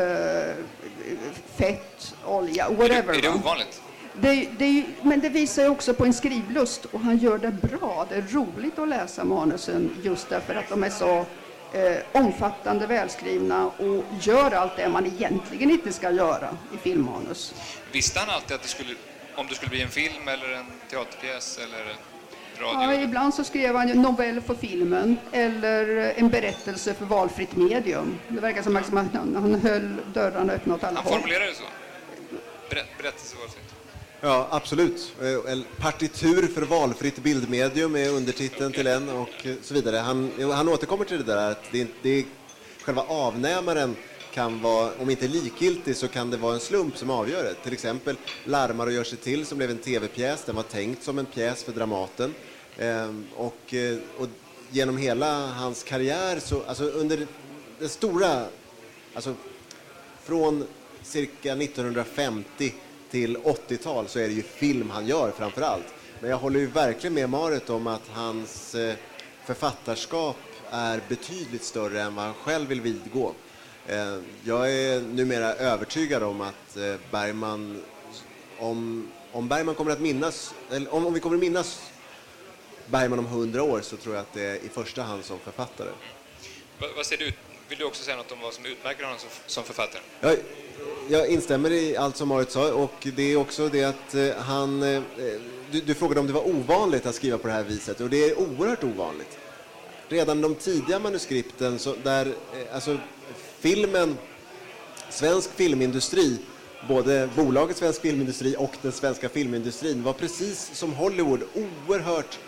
S2: fett, olja, whatever.
S1: Är det ovanligt?
S2: Men det visar ju också på en skrivlust, och han gör det bra. Det är roligt att läsa manusen just därför att de är så omfattande, välskrivna och gör allt det man egentligen inte ska göra i filmmanus.
S1: Visste han alltid att om det skulle bli en film eller en teaterpjäs eller radio?
S2: Ja, ibland så skrev han en novell för filmen eller en berättelse för valfritt medium. Det verkar som att han höll dörrarna öppna åt alla håll.
S1: Han formulerade det så? Berättelse valfritt?
S3: Ja, absolut. Partitur för valfritt bildmedium är undertiteln till en och så vidare. Han återkommer till det där att det själva avnämaren kan vara, om inte likgiltig, så kan det vara en slump som avgör det. Till exempel Larmar och gör sig till, som blev en tv-pjäs. Den var tänkt som en pjäs för Dramaten. Och genom hela hans karriär, så, alltså under den stora, alltså från cirka 1950 till 80-tal, så är det ju film han gör framför allt. Men jag håller ju verkligen med Marit om att hans författarskap är betydligt större än vad han själv vill vidgå. Jag är numera övertygad om att Bergman, om Bergman kommer att minnas, eller om vi kommer att minnas Bergman om 100 år, så tror jag att det är i första hand som författare.
S1: Vad ser du ut? Vill du också säga något om vad som utmärker honom som författare?
S3: Jag instämmer i allt som Marit sa, och det är också det att du frågade om det var ovanligt att skriva på det här viset, och det är oerhört ovanligt. Redan de tidiga manuskripten, så där, alltså filmen, svensk filmindustri, både bolaget Svensk Filmindustri och den svenska filmindustrin, var precis som Hollywood oerhört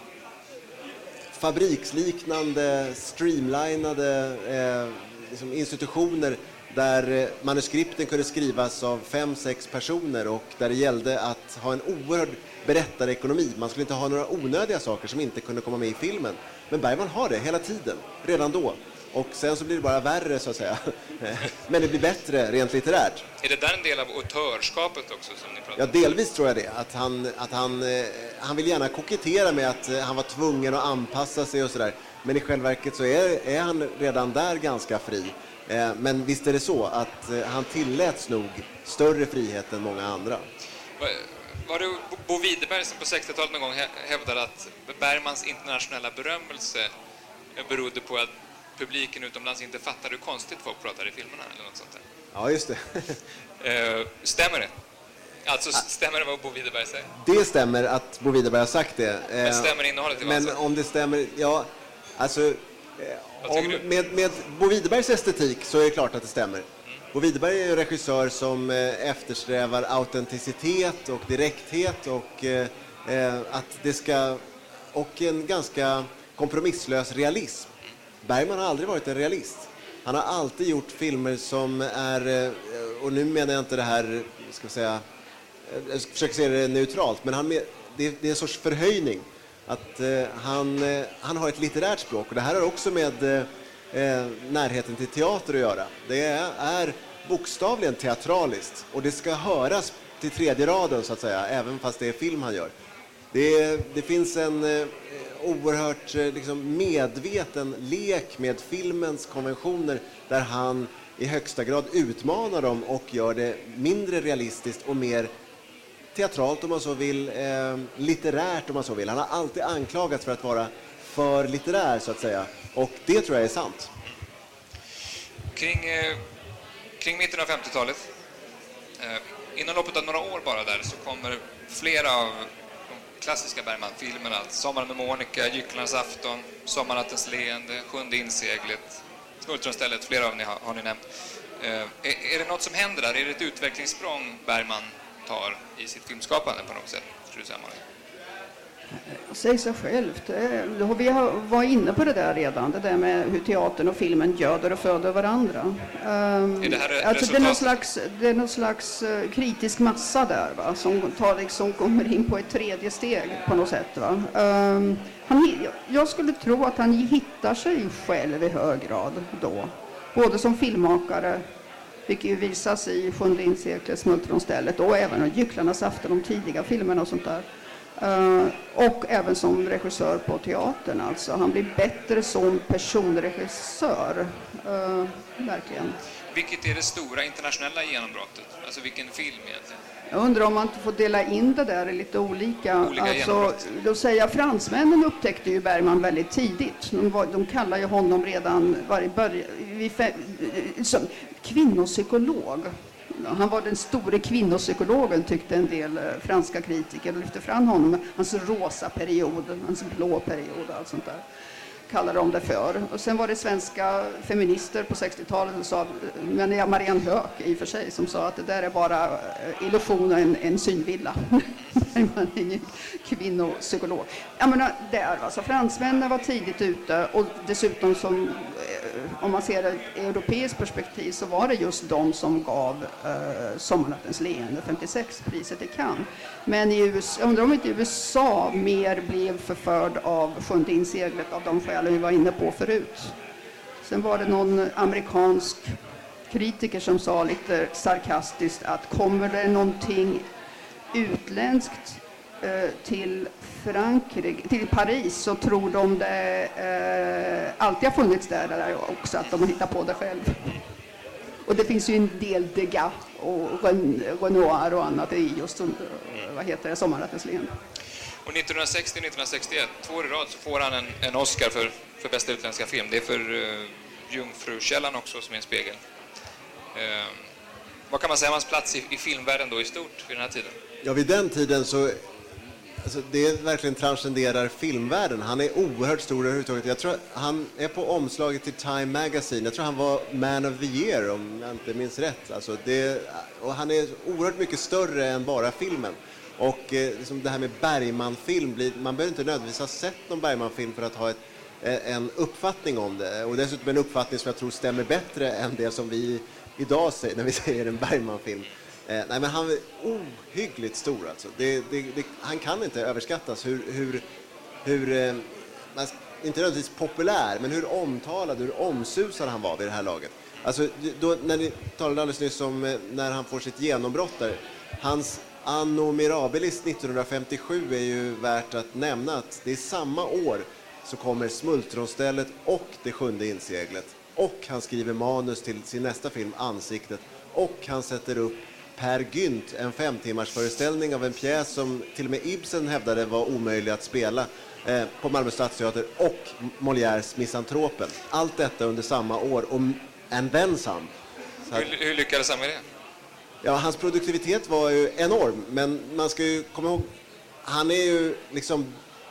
S3: fabriksliknande, streamlinade liksom institutioner där manuskripten kunde skrivas av 5-6 personer och där det gällde att ha en oerhörd berättarekonomi. Man skulle inte ha några onödiga saker som inte kunde komma med i filmen. Men Bergman har det hela tiden, redan då. Och sen så blir det bara värre, så att säga. Men det blir bättre rent litterärt.
S1: Är det där en del av autörskapet också som ni pratar om?
S3: Ja, delvis tror jag det. Att han vill gärna kokettera med att han var tvungen att anpassa sig och sådär. Men i själva verket så är han redan där ganska fri. Men visst är det så att han tilläts nog större frihet än många andra.
S1: Var det Bo Widerberg som på 60-talet någon gång hävdade att Bergmans internationella berömmelse berodde på att publiken utomlands inte fattar hur konstigt folk pratar i filmerna eller något sånt där?
S3: Ja, just det.
S1: Stämmer det? Alltså, stämmer det vad Bo Widerberg säger?
S3: Det stämmer att Bo Widerberg har sagt det.
S1: Men stämmer innehållet i
S3: Men om det stämmer, ja, alltså med Bo Widerbergs estetik så är det klart att det stämmer. Bo Widerberg är en regissör som eftersträvar autenticitet och direkthet och att det ska, och en ganska kompromisslös realism. Bergman har aldrig varit en realist. Han har alltid gjort filmer som är, och nu menar jag inte det här, ska vi säga, jag försöker se det neutralt, men det är en sorts förhöjning. Att han har ett litterärt språk, och det här har också med närheten till teater att göra. Det är bokstavligen teatraliskt, och det ska höras till tredje raden, så att säga, även fast det är film han gör. Det finns en oerhört liksom medveten lek med filmens konventioner där han i högsta grad utmanar dem och gör det mindre realistiskt och mer teatralt, om man så vill, litterärt om man så vill. Han har alltid anklagats för att vara för litterär, så att säga, och det tror jag är sant. Kring
S1: mitten av 50-talet Inom loppet av några år bara där så kommer flera av de klassiska Bergman-filmerna, Sommaren med Monica, Gycklarnas afton, Sommarnattens leende, Sjunde inseglet, Smultronstället, flera av ni har ni nämnt. Är det något som händer där? Är det ett utvecklingssprång Bergman tar i sitt filmskapande på något sätt? Tror du säga, Malin?
S2: Säg sig självt. Vi var inne på det där redan. Det där med hur teatern och filmen göder och föder varandra.
S1: Är det här
S2: alltså det är någon slags kritisk massa där, va? Som kommer in på ett tredje steg på något sätt. Va? Jag skulle tro att han hittar sig själv i hög grad då. Både som filmmakare, vilket ju visas i Sjunde inseglet, Smultronstället, och även Gycklarnas afton, de tidiga filmerna och sånt där. Och även som regissör på teatern. Alltså. Han blir bättre som personregissör. Verkligen.
S1: Vilket är det stora internationella genombrottet? Alltså vilken film egentligen?
S2: Jag undrar om man inte får dela in det där i lite olika alltså, då säger jag, fransmännen upptäckte ju Bergman väldigt tidigt. De kallar ju honom redan som kvinnopsykolog. Han var den store kvinnopsykologen, tyckte en del franska kritiker, och lyfte fram honom, hans rosa period, hans blå period och allt sånt där, kallar de det för. Och sen var det svenska feminister på 60-talet som sa, men Marianne Höök i och för sig, som sa att det där är bara illusion och en synvilla. Man är ingen kvinnopsykolog. Jag menar, där, alltså, fransmännen var tidigt ute, och dessutom som, om man ser ett europeiskt perspektiv, så var det just de som gav Sommarnattens leende 56 priset i Cannes. Men i USA, jag undrar om inte USA mer blev förförd av Sjunde inseglet av de skäl vi var inne på förut. Sen var det någon amerikansk kritiker som sa lite sarkastiskt att kommer det någonting utländskt till Frankrike, till Paris, så tror de det alltid har funnits där också, att de har hittat på det själv. Och det finns ju en del Degas och Renoir och annat i just Sommarnattens leende.
S1: Och 1960-1961, 2 år i rad, så får han en Oscar för bästa utländska film. Det är för Jungfrukällan också, som är en spegel. Vad kan man säga om hans plats i filmvärlden då i stort vid den här tiden?
S3: Ja, vid den tiden så det verkligen transcenderar filmvärlden. Han är oerhört stor överhuvudtaget. Jag tror han är på omslaget till Time Magazine. Jag tror han var Man of the Year, om jag inte minns rätt. Alltså och han är oerhört mycket större än bara filmen. Och liksom det här med Bergman-film, man behöver inte nödvändigtvis ha sett någon Bergman-film för att ha en uppfattning om det. Och dessutom en uppfattning som jag tror stämmer bättre än det som vi idag säger när vi säger en Bergman-film. Nej, men han är ohyggligt stor alltså. Han kan inte överskattas hur inte nödvändigtvis populär, men hur omtalad, hur omsusad han var vid det här laget. Alltså, när ni talade alldeles nyss om när han får sitt genombrott där, hans Anno Mirabilis 1957 är ju värt att nämna, att det är samma år så kommer Smultronstället och Det sjunde inseglet, och han skriver manus till sin nästa film Ansiktet, och han sätter upp Per Gynt, en 5-timmars föreställning av en pjäs som till och med Ibsen hävdade var omöjlig att spela på Malmö Stadsteater, och Molières Misantropen. Allt detta under samma år, och and then some.
S1: Hur lyckades han med det?
S3: Ja, hans produktivitet var ju enorm, men man ska ju komma ihåg, han är ju liksom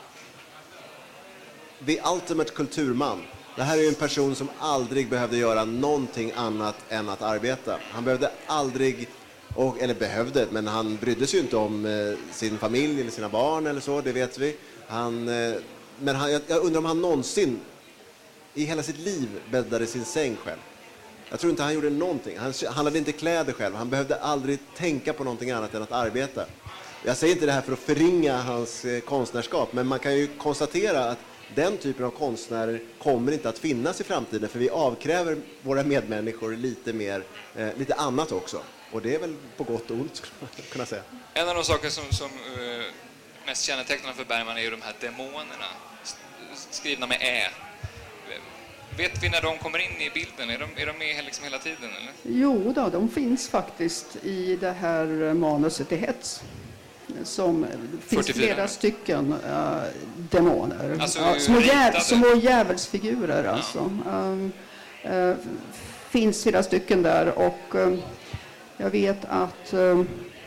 S3: the ultimate kulturman. Det här är ju en person som aldrig behövde göra någonting annat än att arbeta. Han behövde aldrig, men han brydde sig ju inte om sin familj eller sina barn eller så, det vet vi. Jag undrar om han någonsin i hela sitt liv bäddade sin säng själv. Jag tror inte han gjorde någonting. Han hade inte kläder själv. Han behövde aldrig tänka på någonting annat än att arbeta. Jag säger inte det här för att förringa hans konstnärskap, men man kan ju konstatera att den typen av konstnärer kommer inte att finnas i framtiden, för vi avkräver våra medmänniskor lite annat också. Och det är väl på gott och ont, skulle man kunna säga.
S1: En av de saker som mest kännetecknande för Bergman är ju de här demonerna, skrivna med Ä. Vet vi när de kommer in i bilden? Är de med liksom hela tiden, eller?
S2: Jo då, de finns faktiskt i det här manuset i Hets. Som finns
S1: 44.
S2: Flera stycken demoner.
S1: Alltså,
S2: små djävulsfigurer alltså. Finns flera stycken där, och jag vet att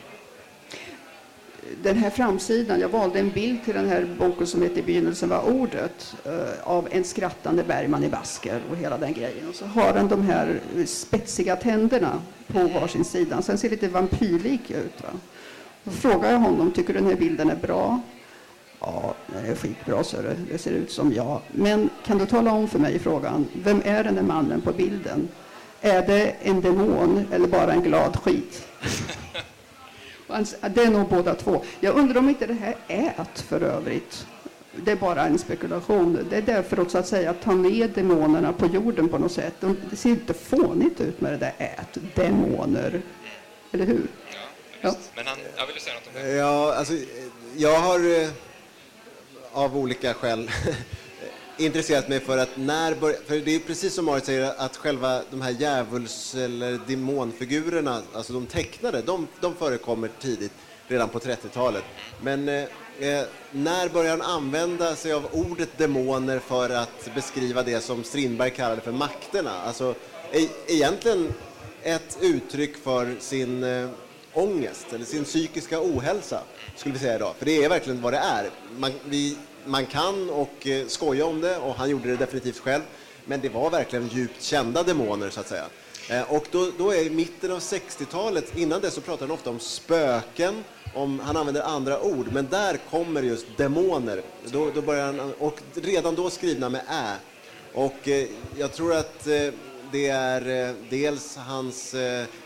S2: den här framsidan, jag valde en bild till den här boken som heter I begynnelsen var ordet, av en skrattande Bergman i basker och hela den grejen. Och så har den de här spetsiga tänderna på varsin sida. Sen ser det lite vampyrlik ut. Va? Då frågar jag honom, tycker du den här bilden är bra? Ja, det är skitbra, så det ser ut som jag. Men kan du tala om för mig i frågan, vem är den där mannen på bilden? Är det en demon eller bara en glad skit? Det är nog båda två. Jag undrar om inte det här är för övrigt. Det är bara en spekulation. Det är därför också att säga att ta med demonerna på jorden på något sätt. Det ser inte fånigt ut med det där demoner. Eller hur?
S1: Ja. Men jag ville säga något om det.
S3: Ja, alltså, jag har av olika skäl intresserat mig för att för det är precis som Marit säger, att själva de här djävuls- eller demonfigurerna, alltså de tecknade, de förekommer tidigt, redan på 30-talet. Men när börjar han använda sig av ordet demoner för att beskriva det som Strindberg kallade för makterna? Alltså egentligen ett uttryck för sin ångest eller sin psykiska ohälsa, skulle vi säga idag. För det är verkligen vad det är. Man kan och skoja om det, och han gjorde det definitivt själv. Men det var verkligen djupt kända demoner, så att säga. Och då är i mitten av 60-talet, innan det så pratar han ofta om spöken, han använder andra ord, men där kommer just demoner. Då börjar han, och redan då skrivna med ä. Och jag tror att det är dels hans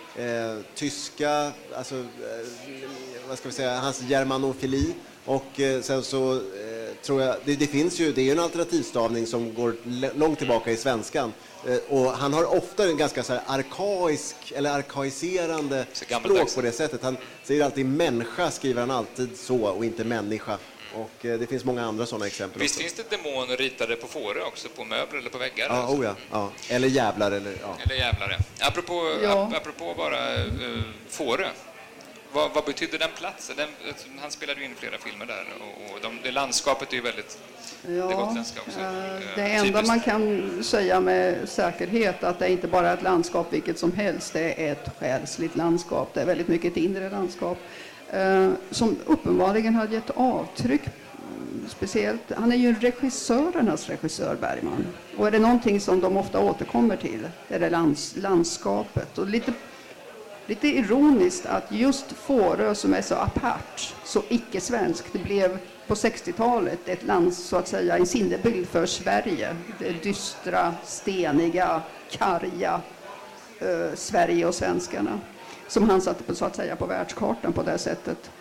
S3: tyska, alltså vad ska vi säga, hans germanofili, och sen så tror jag, det finns ju, det är ju en alternativstavning som går långt tillbaka i svenskan, och han har ofta en ganska så här arkaisk eller arkaiserande språk på det sättet. Han säger alltid människa, skriver han alltid så, och inte människa. Och det finns många andra sådana exempel.
S1: Visst finns det demoner ritade på fåre också, på möbler eller på väggar?
S3: Ja,
S1: alltså.
S3: ja. Eller jävlar. Eller
S1: jävlar, ja. Apropå bara fåre. Vad betyder den platsen? Han spelade ju in flera filmer där, och det landskapet är ju väldigt det gotländska också.
S2: Det enda man kan säga med säkerhet att det inte bara är ett landskap vilket som helst, det är ett själsligt landskap. Det är väldigt mycket ett inre landskap som uppenbarligen har gett avtryck. Speciellt, han är ju regissörernas regissör, Bergman. Och är det någonting som de ofta återkommer till, är det landskapet. Och lite ironiskt att just Fårö, som är så apart, så icke-svenskt, det blev på 60-talet ett land, så att säga, en sinnebild för Sverige. Det dystra, steniga, karga Sverige och svenskarna, som han satte på, så att säga, på världskartan på det sättet.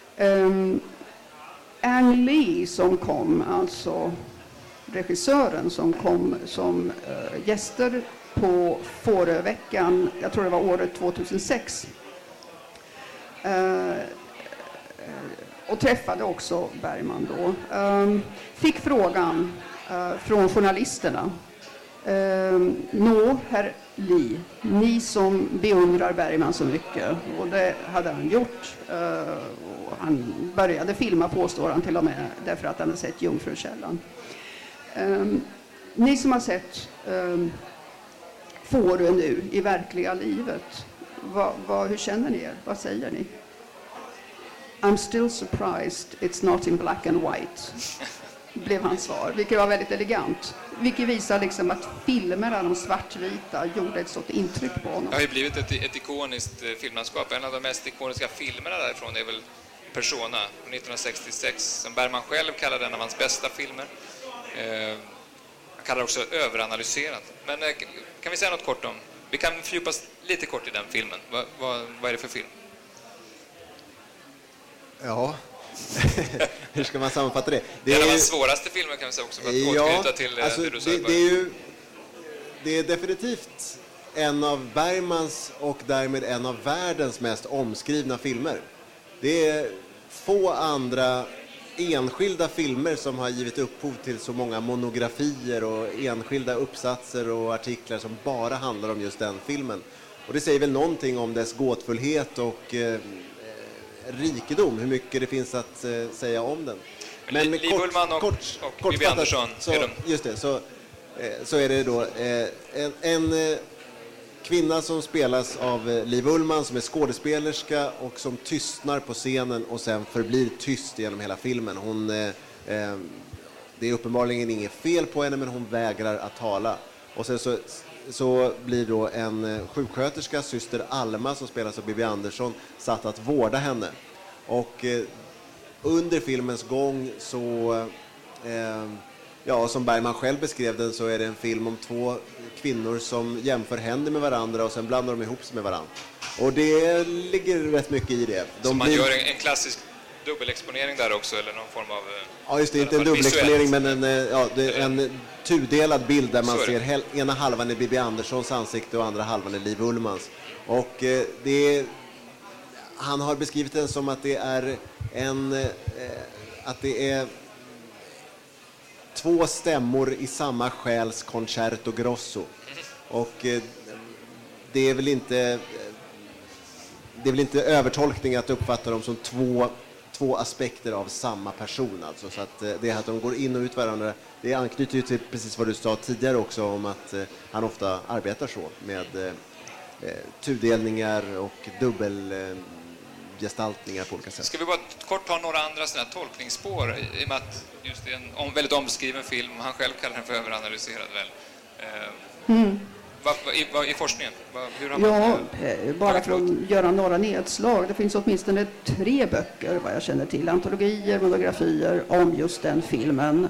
S2: Ang Lee som kom, alltså regissören som kom som gäster på Fåröveckan, jag tror det var året 2006, och träffade också Bergman då. Fick frågan från journalisterna, herr Lee, ni som beundrar Bergman så mycket, och det hade han gjort, och han började filma, påstår han till och med, därför att han hade sett Jungfrukällan. Ni som har sett Fårö nu i verkliga livet, hur känner ni er? Vad säger ni? I'm still surprised it's not in black and white, blev hans svar, vilket var väldigt elegant. Vilket visar liksom att filmerna, de svartvita, gjorde ett sådant intryck på honom.
S1: Det har ju blivit ett ikoniskt filmlandskap. En av de mest ikoniska filmerna därifrån är väl Persona 1966, som Bergman själv kallade en av hans bästa filmer. Han kallar det också överanalyserat. Men kan vi säga något kort om? Vi kan fördjupas lite kort i den filmen. Vad är det för film?
S3: Ja, hur ska man sammanfatta det?
S1: Det är en av de svåraste filmer, kan vi säga också, för att återknyta till
S3: alltså,
S1: det du sa.
S3: Det är definitivt en av Bergmans och därmed en av världens mest omskrivna filmer. Det är få andra enskilda filmer som har givit upphov till så många monografier och enskilda uppsatser och artiklar som bara handlar om just den filmen. Och det säger väl någonting om dess gåtfullhet och rikedom, hur mycket det finns att säga om den.
S1: Men Liv Ullmann och Bibi Andersson,
S3: så är det då kvinna som spelas av Liv Ullmann som är skådespelerska och som tystnar på scenen och sen förblir tyst genom hela filmen. Det är uppenbarligen inget fel på henne, men hon vägrar att tala. Och sen så blir då en sjuksköterska, syster Alma, som spelas av Bibi Andersson, satt att vårda henne. Och under filmens gång så, som Bergman själv beskrev den, så är det en film om två kvinnor som jämför händer med varandra och sen blandar de ihop sig med varandra. Och det ligger rätt mycket i det.
S1: Så man gör en klassisk dubbelexponering där också, eller någon form av...
S3: Ja, just det, inte en dubbelexponering, men en tudelad bild där man ser ena halvan i Bibi Anderssons ansikte och andra halvan i Liv Ullmans. Och han har beskrivit den som att det är två stämmor i samma själs concerto grosso. Och det är väl inte övertolkning att uppfatta dem som två aspekter av samma person. Alltså. Så att det att de går in och ut varandra, det anknyter ju till precis vad du sa tidigare också om att han ofta arbetar så med tudelningar och dubbelgestaltningar på olika sätt. Ska
S1: vi bara kort ta några andra sådana här tolkningsspår i och med att just det är en väldigt omskriven film, han själv kallar den för överanalyserad väl. I forskningen? Hur har man
S2: bara för att göra några nedslag. Det finns åtminstone 3 böcker, vad jag känner till, antologier, monografier om just den filmen.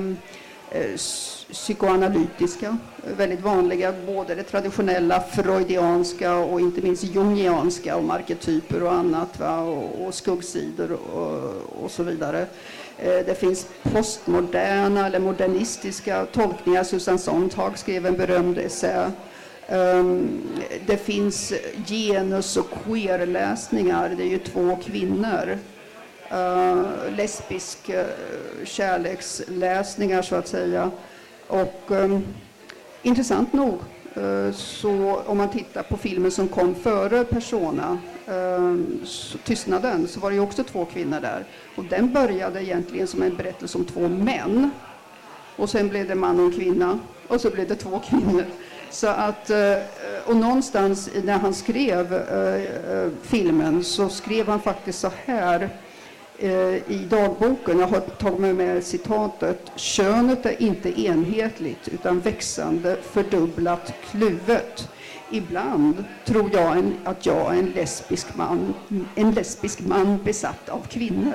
S2: Psykoanalytiska, väldigt vanliga, både det traditionella freudianska och inte minst jungianska om arketyper och annat, och skuggsidor och så vidare. Det finns postmoderna eller modernistiska tolkningar. Susan Sontag skrev en berömd essä. Det finns genus- och queerläsningar. Det är ju 2 kvinnor. Lesbisk kärleksläsningar så att säga. Och intressant nog, så om man tittar på filmen som kom före Persona, Tystnaden, så var det ju också 2 kvinnor där. Och den började egentligen som en berättelse om 2 män. Och sen blev det man och kvinna. Och så blev det 2 kvinnor. Så att, och någonstans när han skrev filmen så skrev han faktiskt så här i dagboken. Jag har tagit med citatet. Könet är inte enhetligt utan växande, fördubblat, kluvet. Ibland tror jag att jag är en lesbisk man besatt av kvinnor.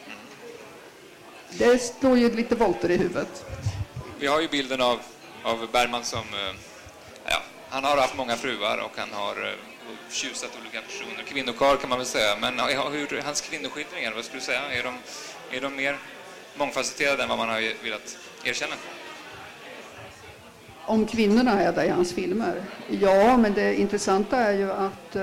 S2: Det står ju lite volter i huvudet.
S1: Vi har ju bilden av Bergman som han har haft många fruar och han har tjusat olika personer. Kvinnokarl kan man väl säga, men hur hans kvinnoskildringar, vad skulle du säga? Är de mer mångfacetterade än vad man har velat erkänna?
S2: Om kvinnorna är det i hans filmer. Ja, men det intressanta är ju att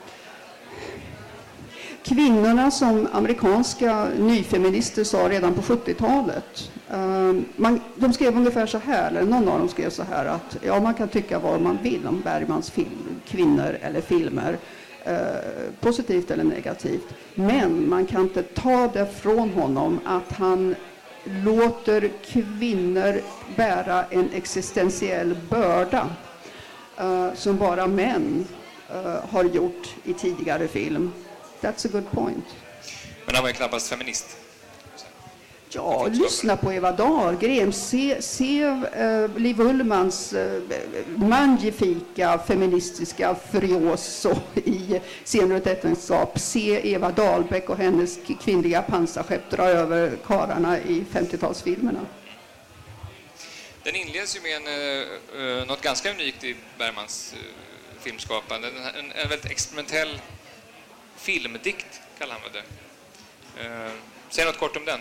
S2: kvinnorna som amerikanska nyfeminister sa redan på 70-talet. De skrev ungefär så här, eller någon av dem skrev så här att man kan tycka vad man vill om Bergmans kvinnor eller filmer. Positivt eller negativt. Men man kan inte ta det från honom att han låter kvinnor bära en existentiell börda som bara män har gjort i tidigare film. That's a good point.
S1: Men han var ju knappast feminist.
S2: Ja, lyssna på Eva Dahlgren. Se Liv Ullmans magnifika feministiska frioso i Scener och ett äktenskap. Se Eva Dahlbeck och hennes kvinnliga pansarskepp dra över karlarna i 50-talsfilmerna.
S1: Den inleds ju med något ganska unikt i Bergmans filmskapande. En väldigt experimentell filmdikt kallar han det. Säg något kort om den.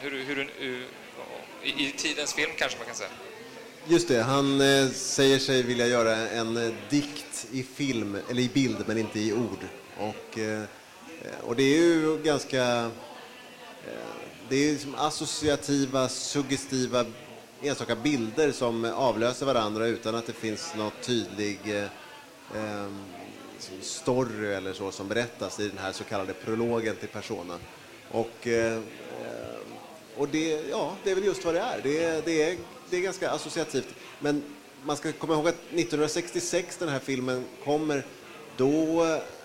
S1: I tidens film kanske man kan säga.
S3: Just det, han säger sig vilja göra en dikt i film, eller i bild men inte i ord. Och det är ju ganska... Det är liksom associativa, suggestiva enstaka bilder som avlöser varandra utan att det finns något tydlig story eller så som berättas i den här så kallade prologen till Persona. Och det är väl just vad det är. Det är ganska associativt. Men man ska komma ihåg att 1966 den här filmen kommer, då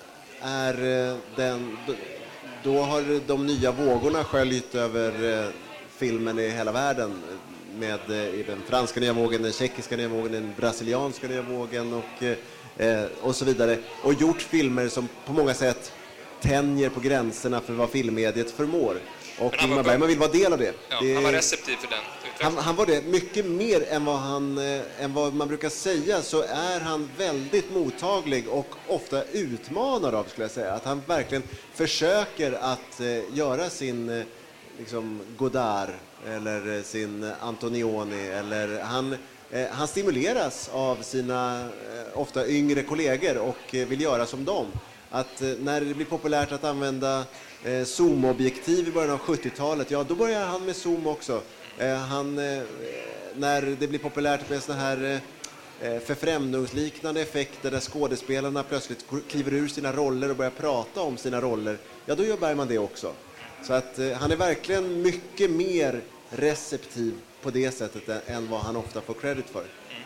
S3: har de nya vågorna sköljt över filmen i hela världen, med i den franska nya vågen, den tjeckiska nya vågen, den brasilianska nya vågen och så vidare, och gjort filmer som på många sätt tänjer på gränserna för vad filmmediet förmår. Och Ingmar Bergman vill vara del av det.
S1: Ja, han var receptiv för den.
S3: Han var det mycket mer än vad man brukar säga, så är han väldigt mottaglig och ofta utmanad av, skulle jag säga. Att han verkligen försöker att göra sin liksom Godard eller sin Antonioni, eller han stimuleras av sina ofta yngre kollegor och vill göra som dem. Att när det blir populärt att använda zoomobjektiv i början av 70-talet, ja, då börjar han med zoom också. När det blir populärt med såna här förfrämlingsliknande effekter där skådespelarna plötsligt kliver ur sina roller och börjar prata om sina roller, ja, då gör Bergman det också. Så att han är verkligen mycket mer receptiv på det sättet än vad han ofta får credit för.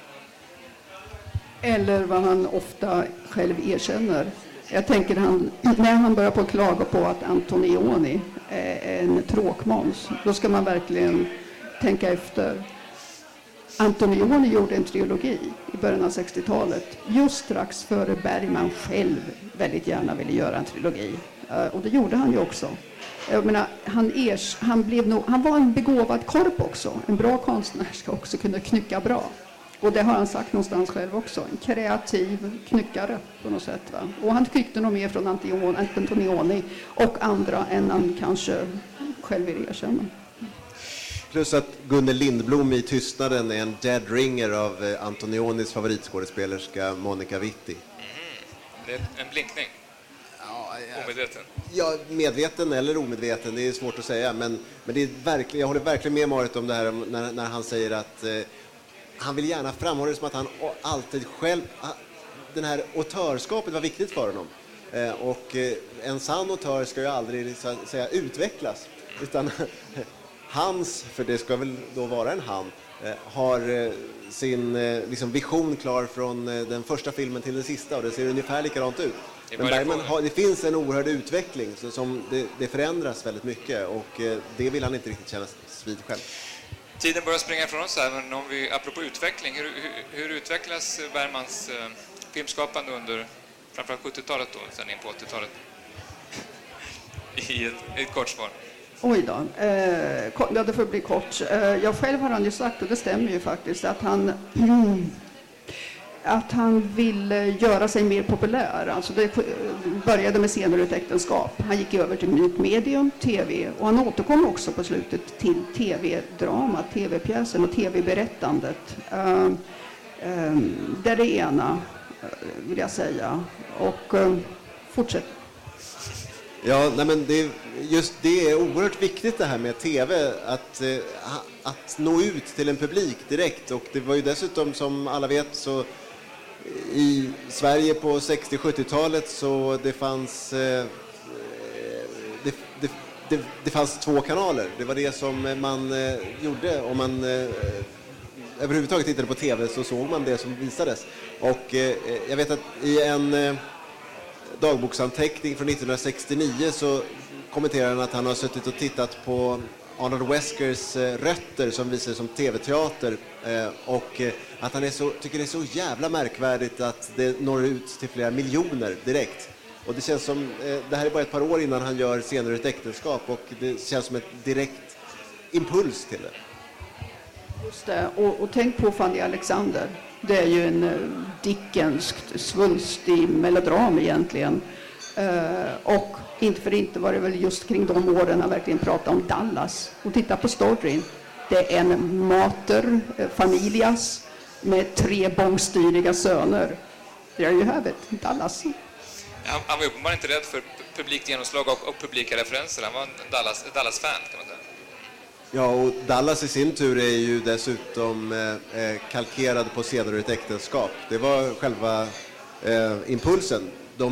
S2: Eller vad han ofta själv erkänner. Jag tänker när han börjar på klaga på att Antonioni är en tråkmåns, då ska man verkligen tänka efter. Antonioni gjorde en trilogi i början av 60-talet, just strax före Bergman själv väldigt gärna ville göra en trilogi. Och det gjorde han ju också. Jag menar, han var en begåvad korp också. En bra konstnär ska också kunna knycka bra. Och det har han sagt någonstans själv också. En kreativ knyckare på något sätt. Va? Och han tyckte nog mer från Antonioni och andra än han kanske själv vill erkänna.
S3: Plus att Gunnel Lindblom i Tystnaden är en dead ringer av Antonionis favoritskådespelerska Monica Vitti.
S1: Det är en blinkning. Omedveten.
S3: Ja, medveten eller omedveten, det är svårt att säga. Men det är verkligen, jag håller verkligen med Marit om det här när han säger att han vill gärna framhålla det som att han alltid själv, den här autörskapet var viktigt för honom. Och en sann autör ska ju aldrig så att säga utvecklas, utan hans, för det ska väl då vara en han, har sin liksom vision klar från den första filmen till den sista, och det ser ungefär likadant ut. Men Bergman det finns en oerhörd utveckling som det förändras väldigt mycket, och det vill han inte riktigt kännas vid själv.
S1: Tiden börjar springa ifrån oss här, men om vi, apropå utveckling, hur utvecklas Bergmans filmskapande under framförallt 70-talet då, sen in på 80-talet? I ett kort svar.
S2: Oj då, ja, det får bli kort. Jag själv har han ju sagt, och det stämmer ju faktiskt, att han vill göra sig mer populär. Alltså det började med Scener ur ett äktenskap. Han gick över till nytt medium, tv, och han återkom också på slutet till tv-drama, tv-pjäsen och tv-berättandet. Det är det ena, vill jag säga. Och fortsätt.
S3: Ja, nej, men just det är oerhört viktigt det här med tv, att nå ut till en publik direkt. Och det var ju dessutom, som alla vet, så i Sverige på 60-70-talet så det fanns två kanaler. Det var det som man gjorde. Om man överhuvudtaget tittade på tv så såg man det som visades. Och jag vet att i en dagboksanteckning från 1969 så kommenterar han att han har suttit och tittat på Arnold Weskers Rötter som visades som tv-teater, och att han tycker det är så jävla märkvärdigt att det når ut till flera miljoner direkt. Och det känns som, det här är bara ett par år innan han gör Scener ur ett äktenskap, och det känns som ett direkt impuls till det.
S2: Just det, och tänk på Fanny Alexander. Det är ju en Dickenskt svulstig melodram egentligen. Och inte var det väl just kring de åren han verkligen pratade om Dallas. Och titta på storyn. Det är en mater familjas med 3 bångstyriga söner. There you have it, Dallas.
S1: Han var uppenbarligen inte rädd för publikt genomslag och publika referenser. Han var en Dallas-fan, kan man säga.
S3: Ja, och Dallas i sin tur är ju dessutom kalkerad på Scener ur ett äktenskap. Det var själva impulsen.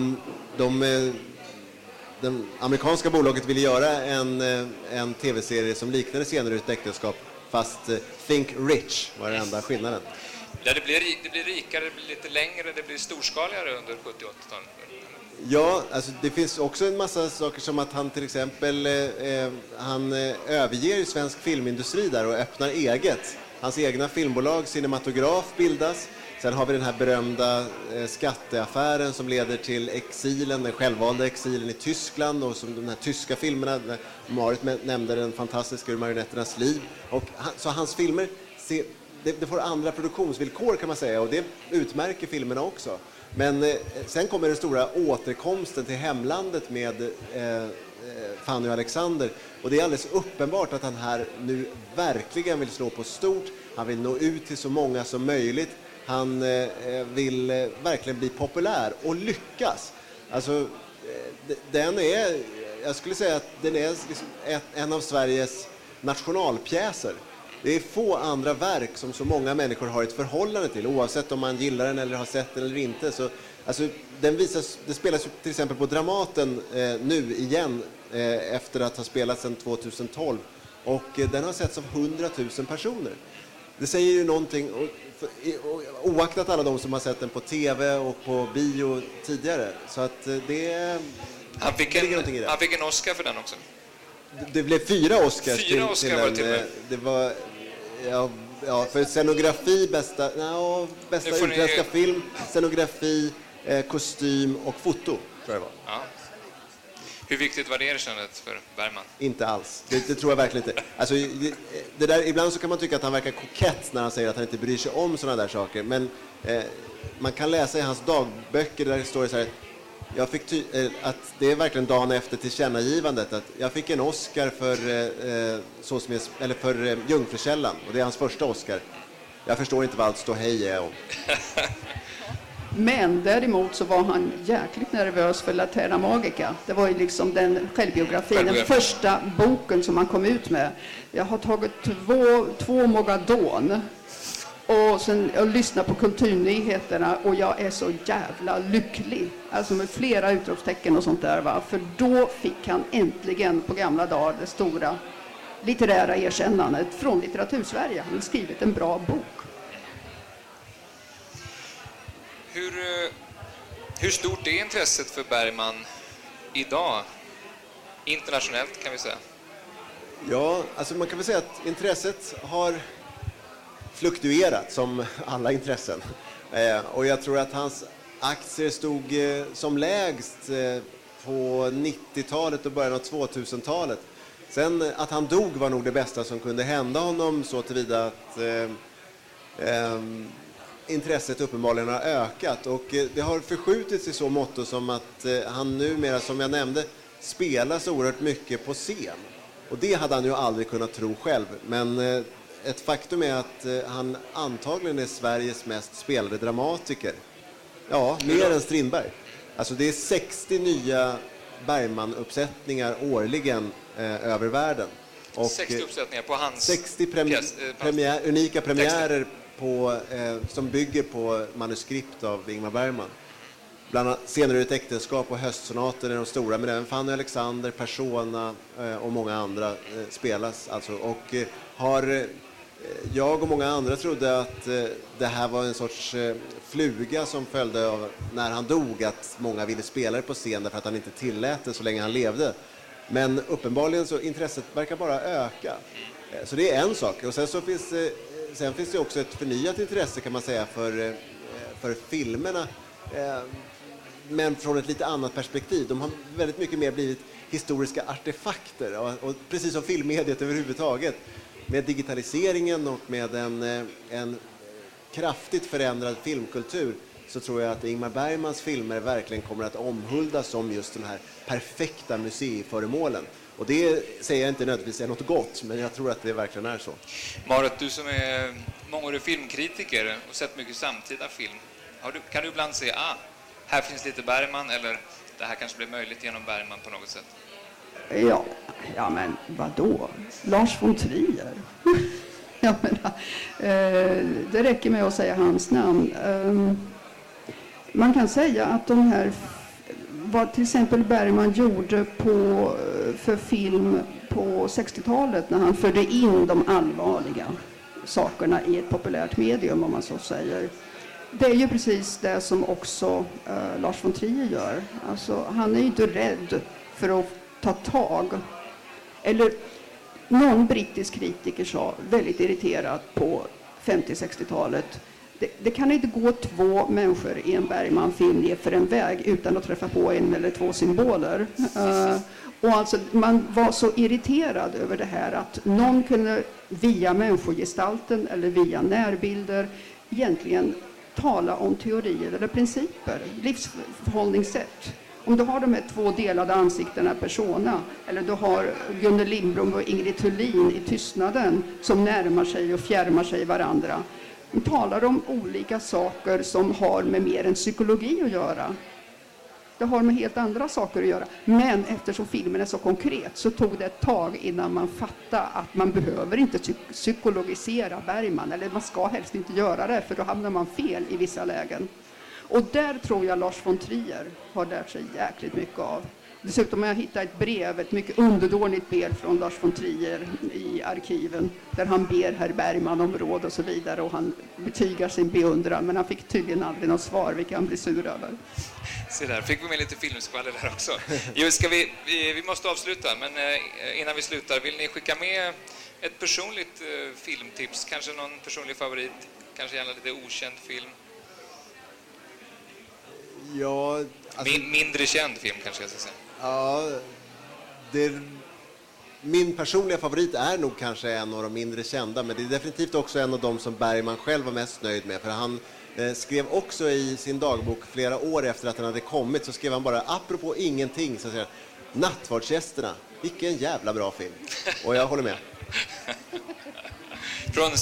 S3: Det amerikanska bolaget ville göra en tv-serie som liknade Scener ur ett äktenskap, fast Think Rich var den enda skillnaden.
S1: Ja, det blir rikare, det blir lite längre, det blir storskaligare under 70- och 80-talet.
S3: Ja, alltså det finns också en massa saker som att han till exempel han överger svensk filmindustri där och öppnar eget. Hans egna filmbolag Cinematograf bildas. Sen har vi den här berömda skatteaffären som leder till exilen, den självvalda exilen i Tyskland, och som de här tyska filmerna, Marit nämnde den fantastiska Ur marionetternas liv. Och så hans filmer, det får andra produktionsvillkor kan man säga, och det utmärker filmerna också. Men sen kommer den stora återkomsten till hemlandet med Fanny och Alexander. Och det är alldeles uppenbart att han här nu verkligen vill slå på stort. Han vill nå ut till så många som möjligt. Han vill verkligen bli populär och lyckas. Alltså, jag skulle säga att den är liksom en av Sveriges nationalpjäser. Det är få andra verk som så många människor har ett förhållande till, oavsett om man gillar den eller har sett den eller inte. Så, alltså, det spelas till exempel på Dramaten nu igen efter att ha spelats sedan 2012. Och den har setts av 100 000 personer. Det säger ju någonting, oaktat alla de som har sett den på tv och på bio tidigare. Så att det ligger någonting i det.
S1: Han fick en Oscar för den också.
S3: Det blev 4 Oscars.
S1: 4 Oscar var det till och med.
S3: Det var... Ja, för scenografi, bästa utländska film, scenografi, kostym och foto, tror jag det var.
S1: Ja. Hur viktigt var det erkännandet för Bergman?
S3: Inte alls, det tror jag verkligen inte. Alltså, det där, ibland så kan man tycka att han verkar kokett när han säger att han inte bryr sig om sådana där saker. Men man kan läsa i hans dagböcker där det står så här: jag fick att det är verkligen dagen efter tillkännagivandet att jag fick en Oscar för Jungfrukällan, och det är hans första Oscar. Jag förstår inte vad allt står hej är om.
S2: Men däremot så var han jäkligt nervös för La Terra Magica. Det var ju liksom den självbiografin, den första boken som han kom ut med. Jag har tagit två Mogadon. Och sen jag lyssnar på kulturnyheterna och jag är så jävla lycklig. Alltså med flera utropstecken och sånt där, va. För då fick han äntligen på gamla dagar det stora litterära erkännandet från Litteratursverige. Han har skrivit en bra bok.
S1: Hur stort är intresset för Bergman idag? Internationellt kan vi säga.
S3: Ja, alltså man kan väl säga att intresset har fluktuerat som alla intressen. Och jag tror att hans aktier stod som lägst på 90-talet och början av 2000-talet. Sen att han dog var nog det bästa som kunde hända honom, så tillvida att intresset uppenbarligen har ökat. Och det har förskjutits i så mått som att han numera, som jag nämnde, spelas oerhört mycket på scen. Och det hade han ju aldrig kunnat tro själv. Men ett faktum är att han antagligen är Sveriges mest spelade dramatiker. Ja, mer än Strindberg. Alltså det är 60 nya Bergman-uppsättningar årligen över världen. Och
S1: 60 uppsättningar på hans
S3: 60 unika premiärer som bygger på manuskript av Ingmar Bergman. Bland annat Senare ett äktenskap och Höstsonaten är de stora, men även Fanny och Alexander, Persona och många andra spelas. Alltså. Och jag och många andra trodde att det här var en sorts fluga som följde av när han dog, att många ville spela det på scen därför att han inte tillät det så länge han levde. Men uppenbarligen så intresset verkar bara öka. Så det är en sak. Och sen finns det också ett förnyat intresse, kan man säga, för filmerna. Men från ett lite annat perspektiv. De har väldigt mycket mer blivit historiska artefakter. Och precis som filmmediet överhuvudtaget. Med digitaliseringen och med en kraftigt förändrad filmkultur, så tror jag att Ingmar Bergmans filmer verkligen kommer att omhuldas som just de här perfekta museiföremålen. Och det säger jag inte nödvändigtvis är något gott, men jag tror att det verkligen är så.
S1: Marit, du som är mångårig filmkritiker och sett mycket samtida film, kan du ibland säga här finns lite Bergman, eller det här kanske blir möjligt genom Bergman på något sätt?
S2: Ja men vadå? Lars von Trier. Jag menar, det räcker med att säga hans namn. Man kan säga att de här, vad till exempel Bergman gjorde för film på 60-talet när han förde in de allvarliga sakerna i ett populärt medium, om man så säger. Det är ju precis det som också Lars von Trier gör. Alltså, han är ju inte rädd för att ta tag. Eller någon brittisk kritiker sa, väldigt irriterad på 50-60-talet, det kan inte gå 2 människor i en Bergman-film ner för en väg utan att träffa på 1 eller 2 symboler. Och alltså, man var så irriterad över det här att någon kunde via människogestalten eller via närbilder egentligen tala om teorier eller principer, livsförhållningssätt. Om du har de här 2 delade ansiktena persona, eller du har Gunnel Lindblom och Ingrid Thulin i Tystnaden som närmar sig och fjärmar sig varandra. De talar om olika saker som har med mer än psykologi att göra. Det har med helt andra saker att göra. Men eftersom filmen är så konkret så tog det ett tag innan man fattade att man behöver inte psykologisera Bergman. Eller man ska helst inte göra det, för då hamnar man fel i vissa lägen. Och där tror jag Lars von Trier har lärt sig jäkligt mycket av. Dessutom har jag hittat ett brev, ett mycket underdånigt brev från Lars von Trier i arkiven, där han ber herr Bergman om råd och så vidare, och han betygar sin beundran, men han fick tydligen aldrig något svar, vilket han blir sur över.
S1: Se där, fick vi med lite filmskvaller där också. Jo, vi måste avsluta, men innan vi slutar, vill ni skicka med ett personligt filmtips? Kanske någon personlig favorit, kanske gärna lite okänd film?
S3: Ja, alltså,
S1: mindre känd film kanske jag ska säga.
S3: Ja, min personliga favorit är nog kanske en av de mindre kända, men det är definitivt också en av de som Bergman själv var mest nöjd med, för han skrev också i sin dagbok flera år efter att den hade kommit, så skrev han bara, apropå ingenting, så säger Nattvardsgästerna, vilken jävla bra film. Och jag håller med.
S1: Från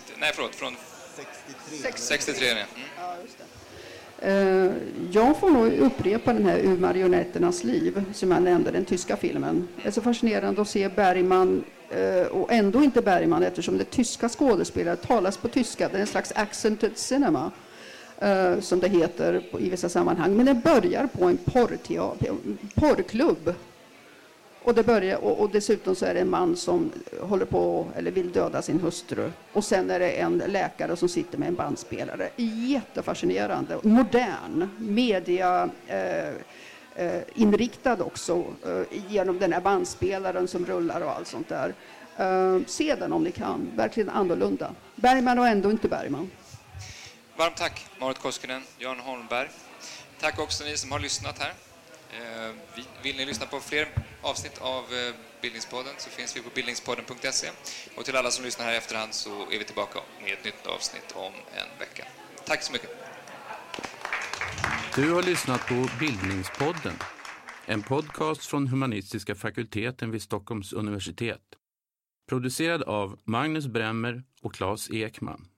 S1: 63. Ja,
S2: just det. Jag får nog upprepa den här Ur marionetternas liv som jag nämnde, den tyska filmen. Det är så fascinerande att se Bergman och ändå inte Bergman, eftersom det tyska skådespelare talas på tyska. Det är en slags accented cinema som det heter i vissa sammanhang. Men det börjar på en porrklubb. Och det börjar, och dessutom så är det en man som håller på eller vill döda sin hustru. Och sen är det en läkare som sitter med en bandspelare. Jättefascinerande. Modern, media inriktad också genom den här bandspelaren som rullar och allt sånt där. Se den om ni kan. Verkligen annorlunda. Bergman och ändå inte Bergman.
S1: Varmt tack Marit Koskinen, Jan Holmberg. Tack också ni som har lyssnat här. Vill ni lyssna på fler avsnitt av Bildningspodden så finns vi på bildningspodden.se. Och till alla som lyssnar här i efterhand så är vi tillbaka med ett nytt avsnitt om en vecka. Tack så mycket.
S4: Du har lyssnat på Bildningspodden, en podcast från Humanistiska fakulteten vid Stockholms universitet. Producerad av Magnus Bremmer och Claes Ekman.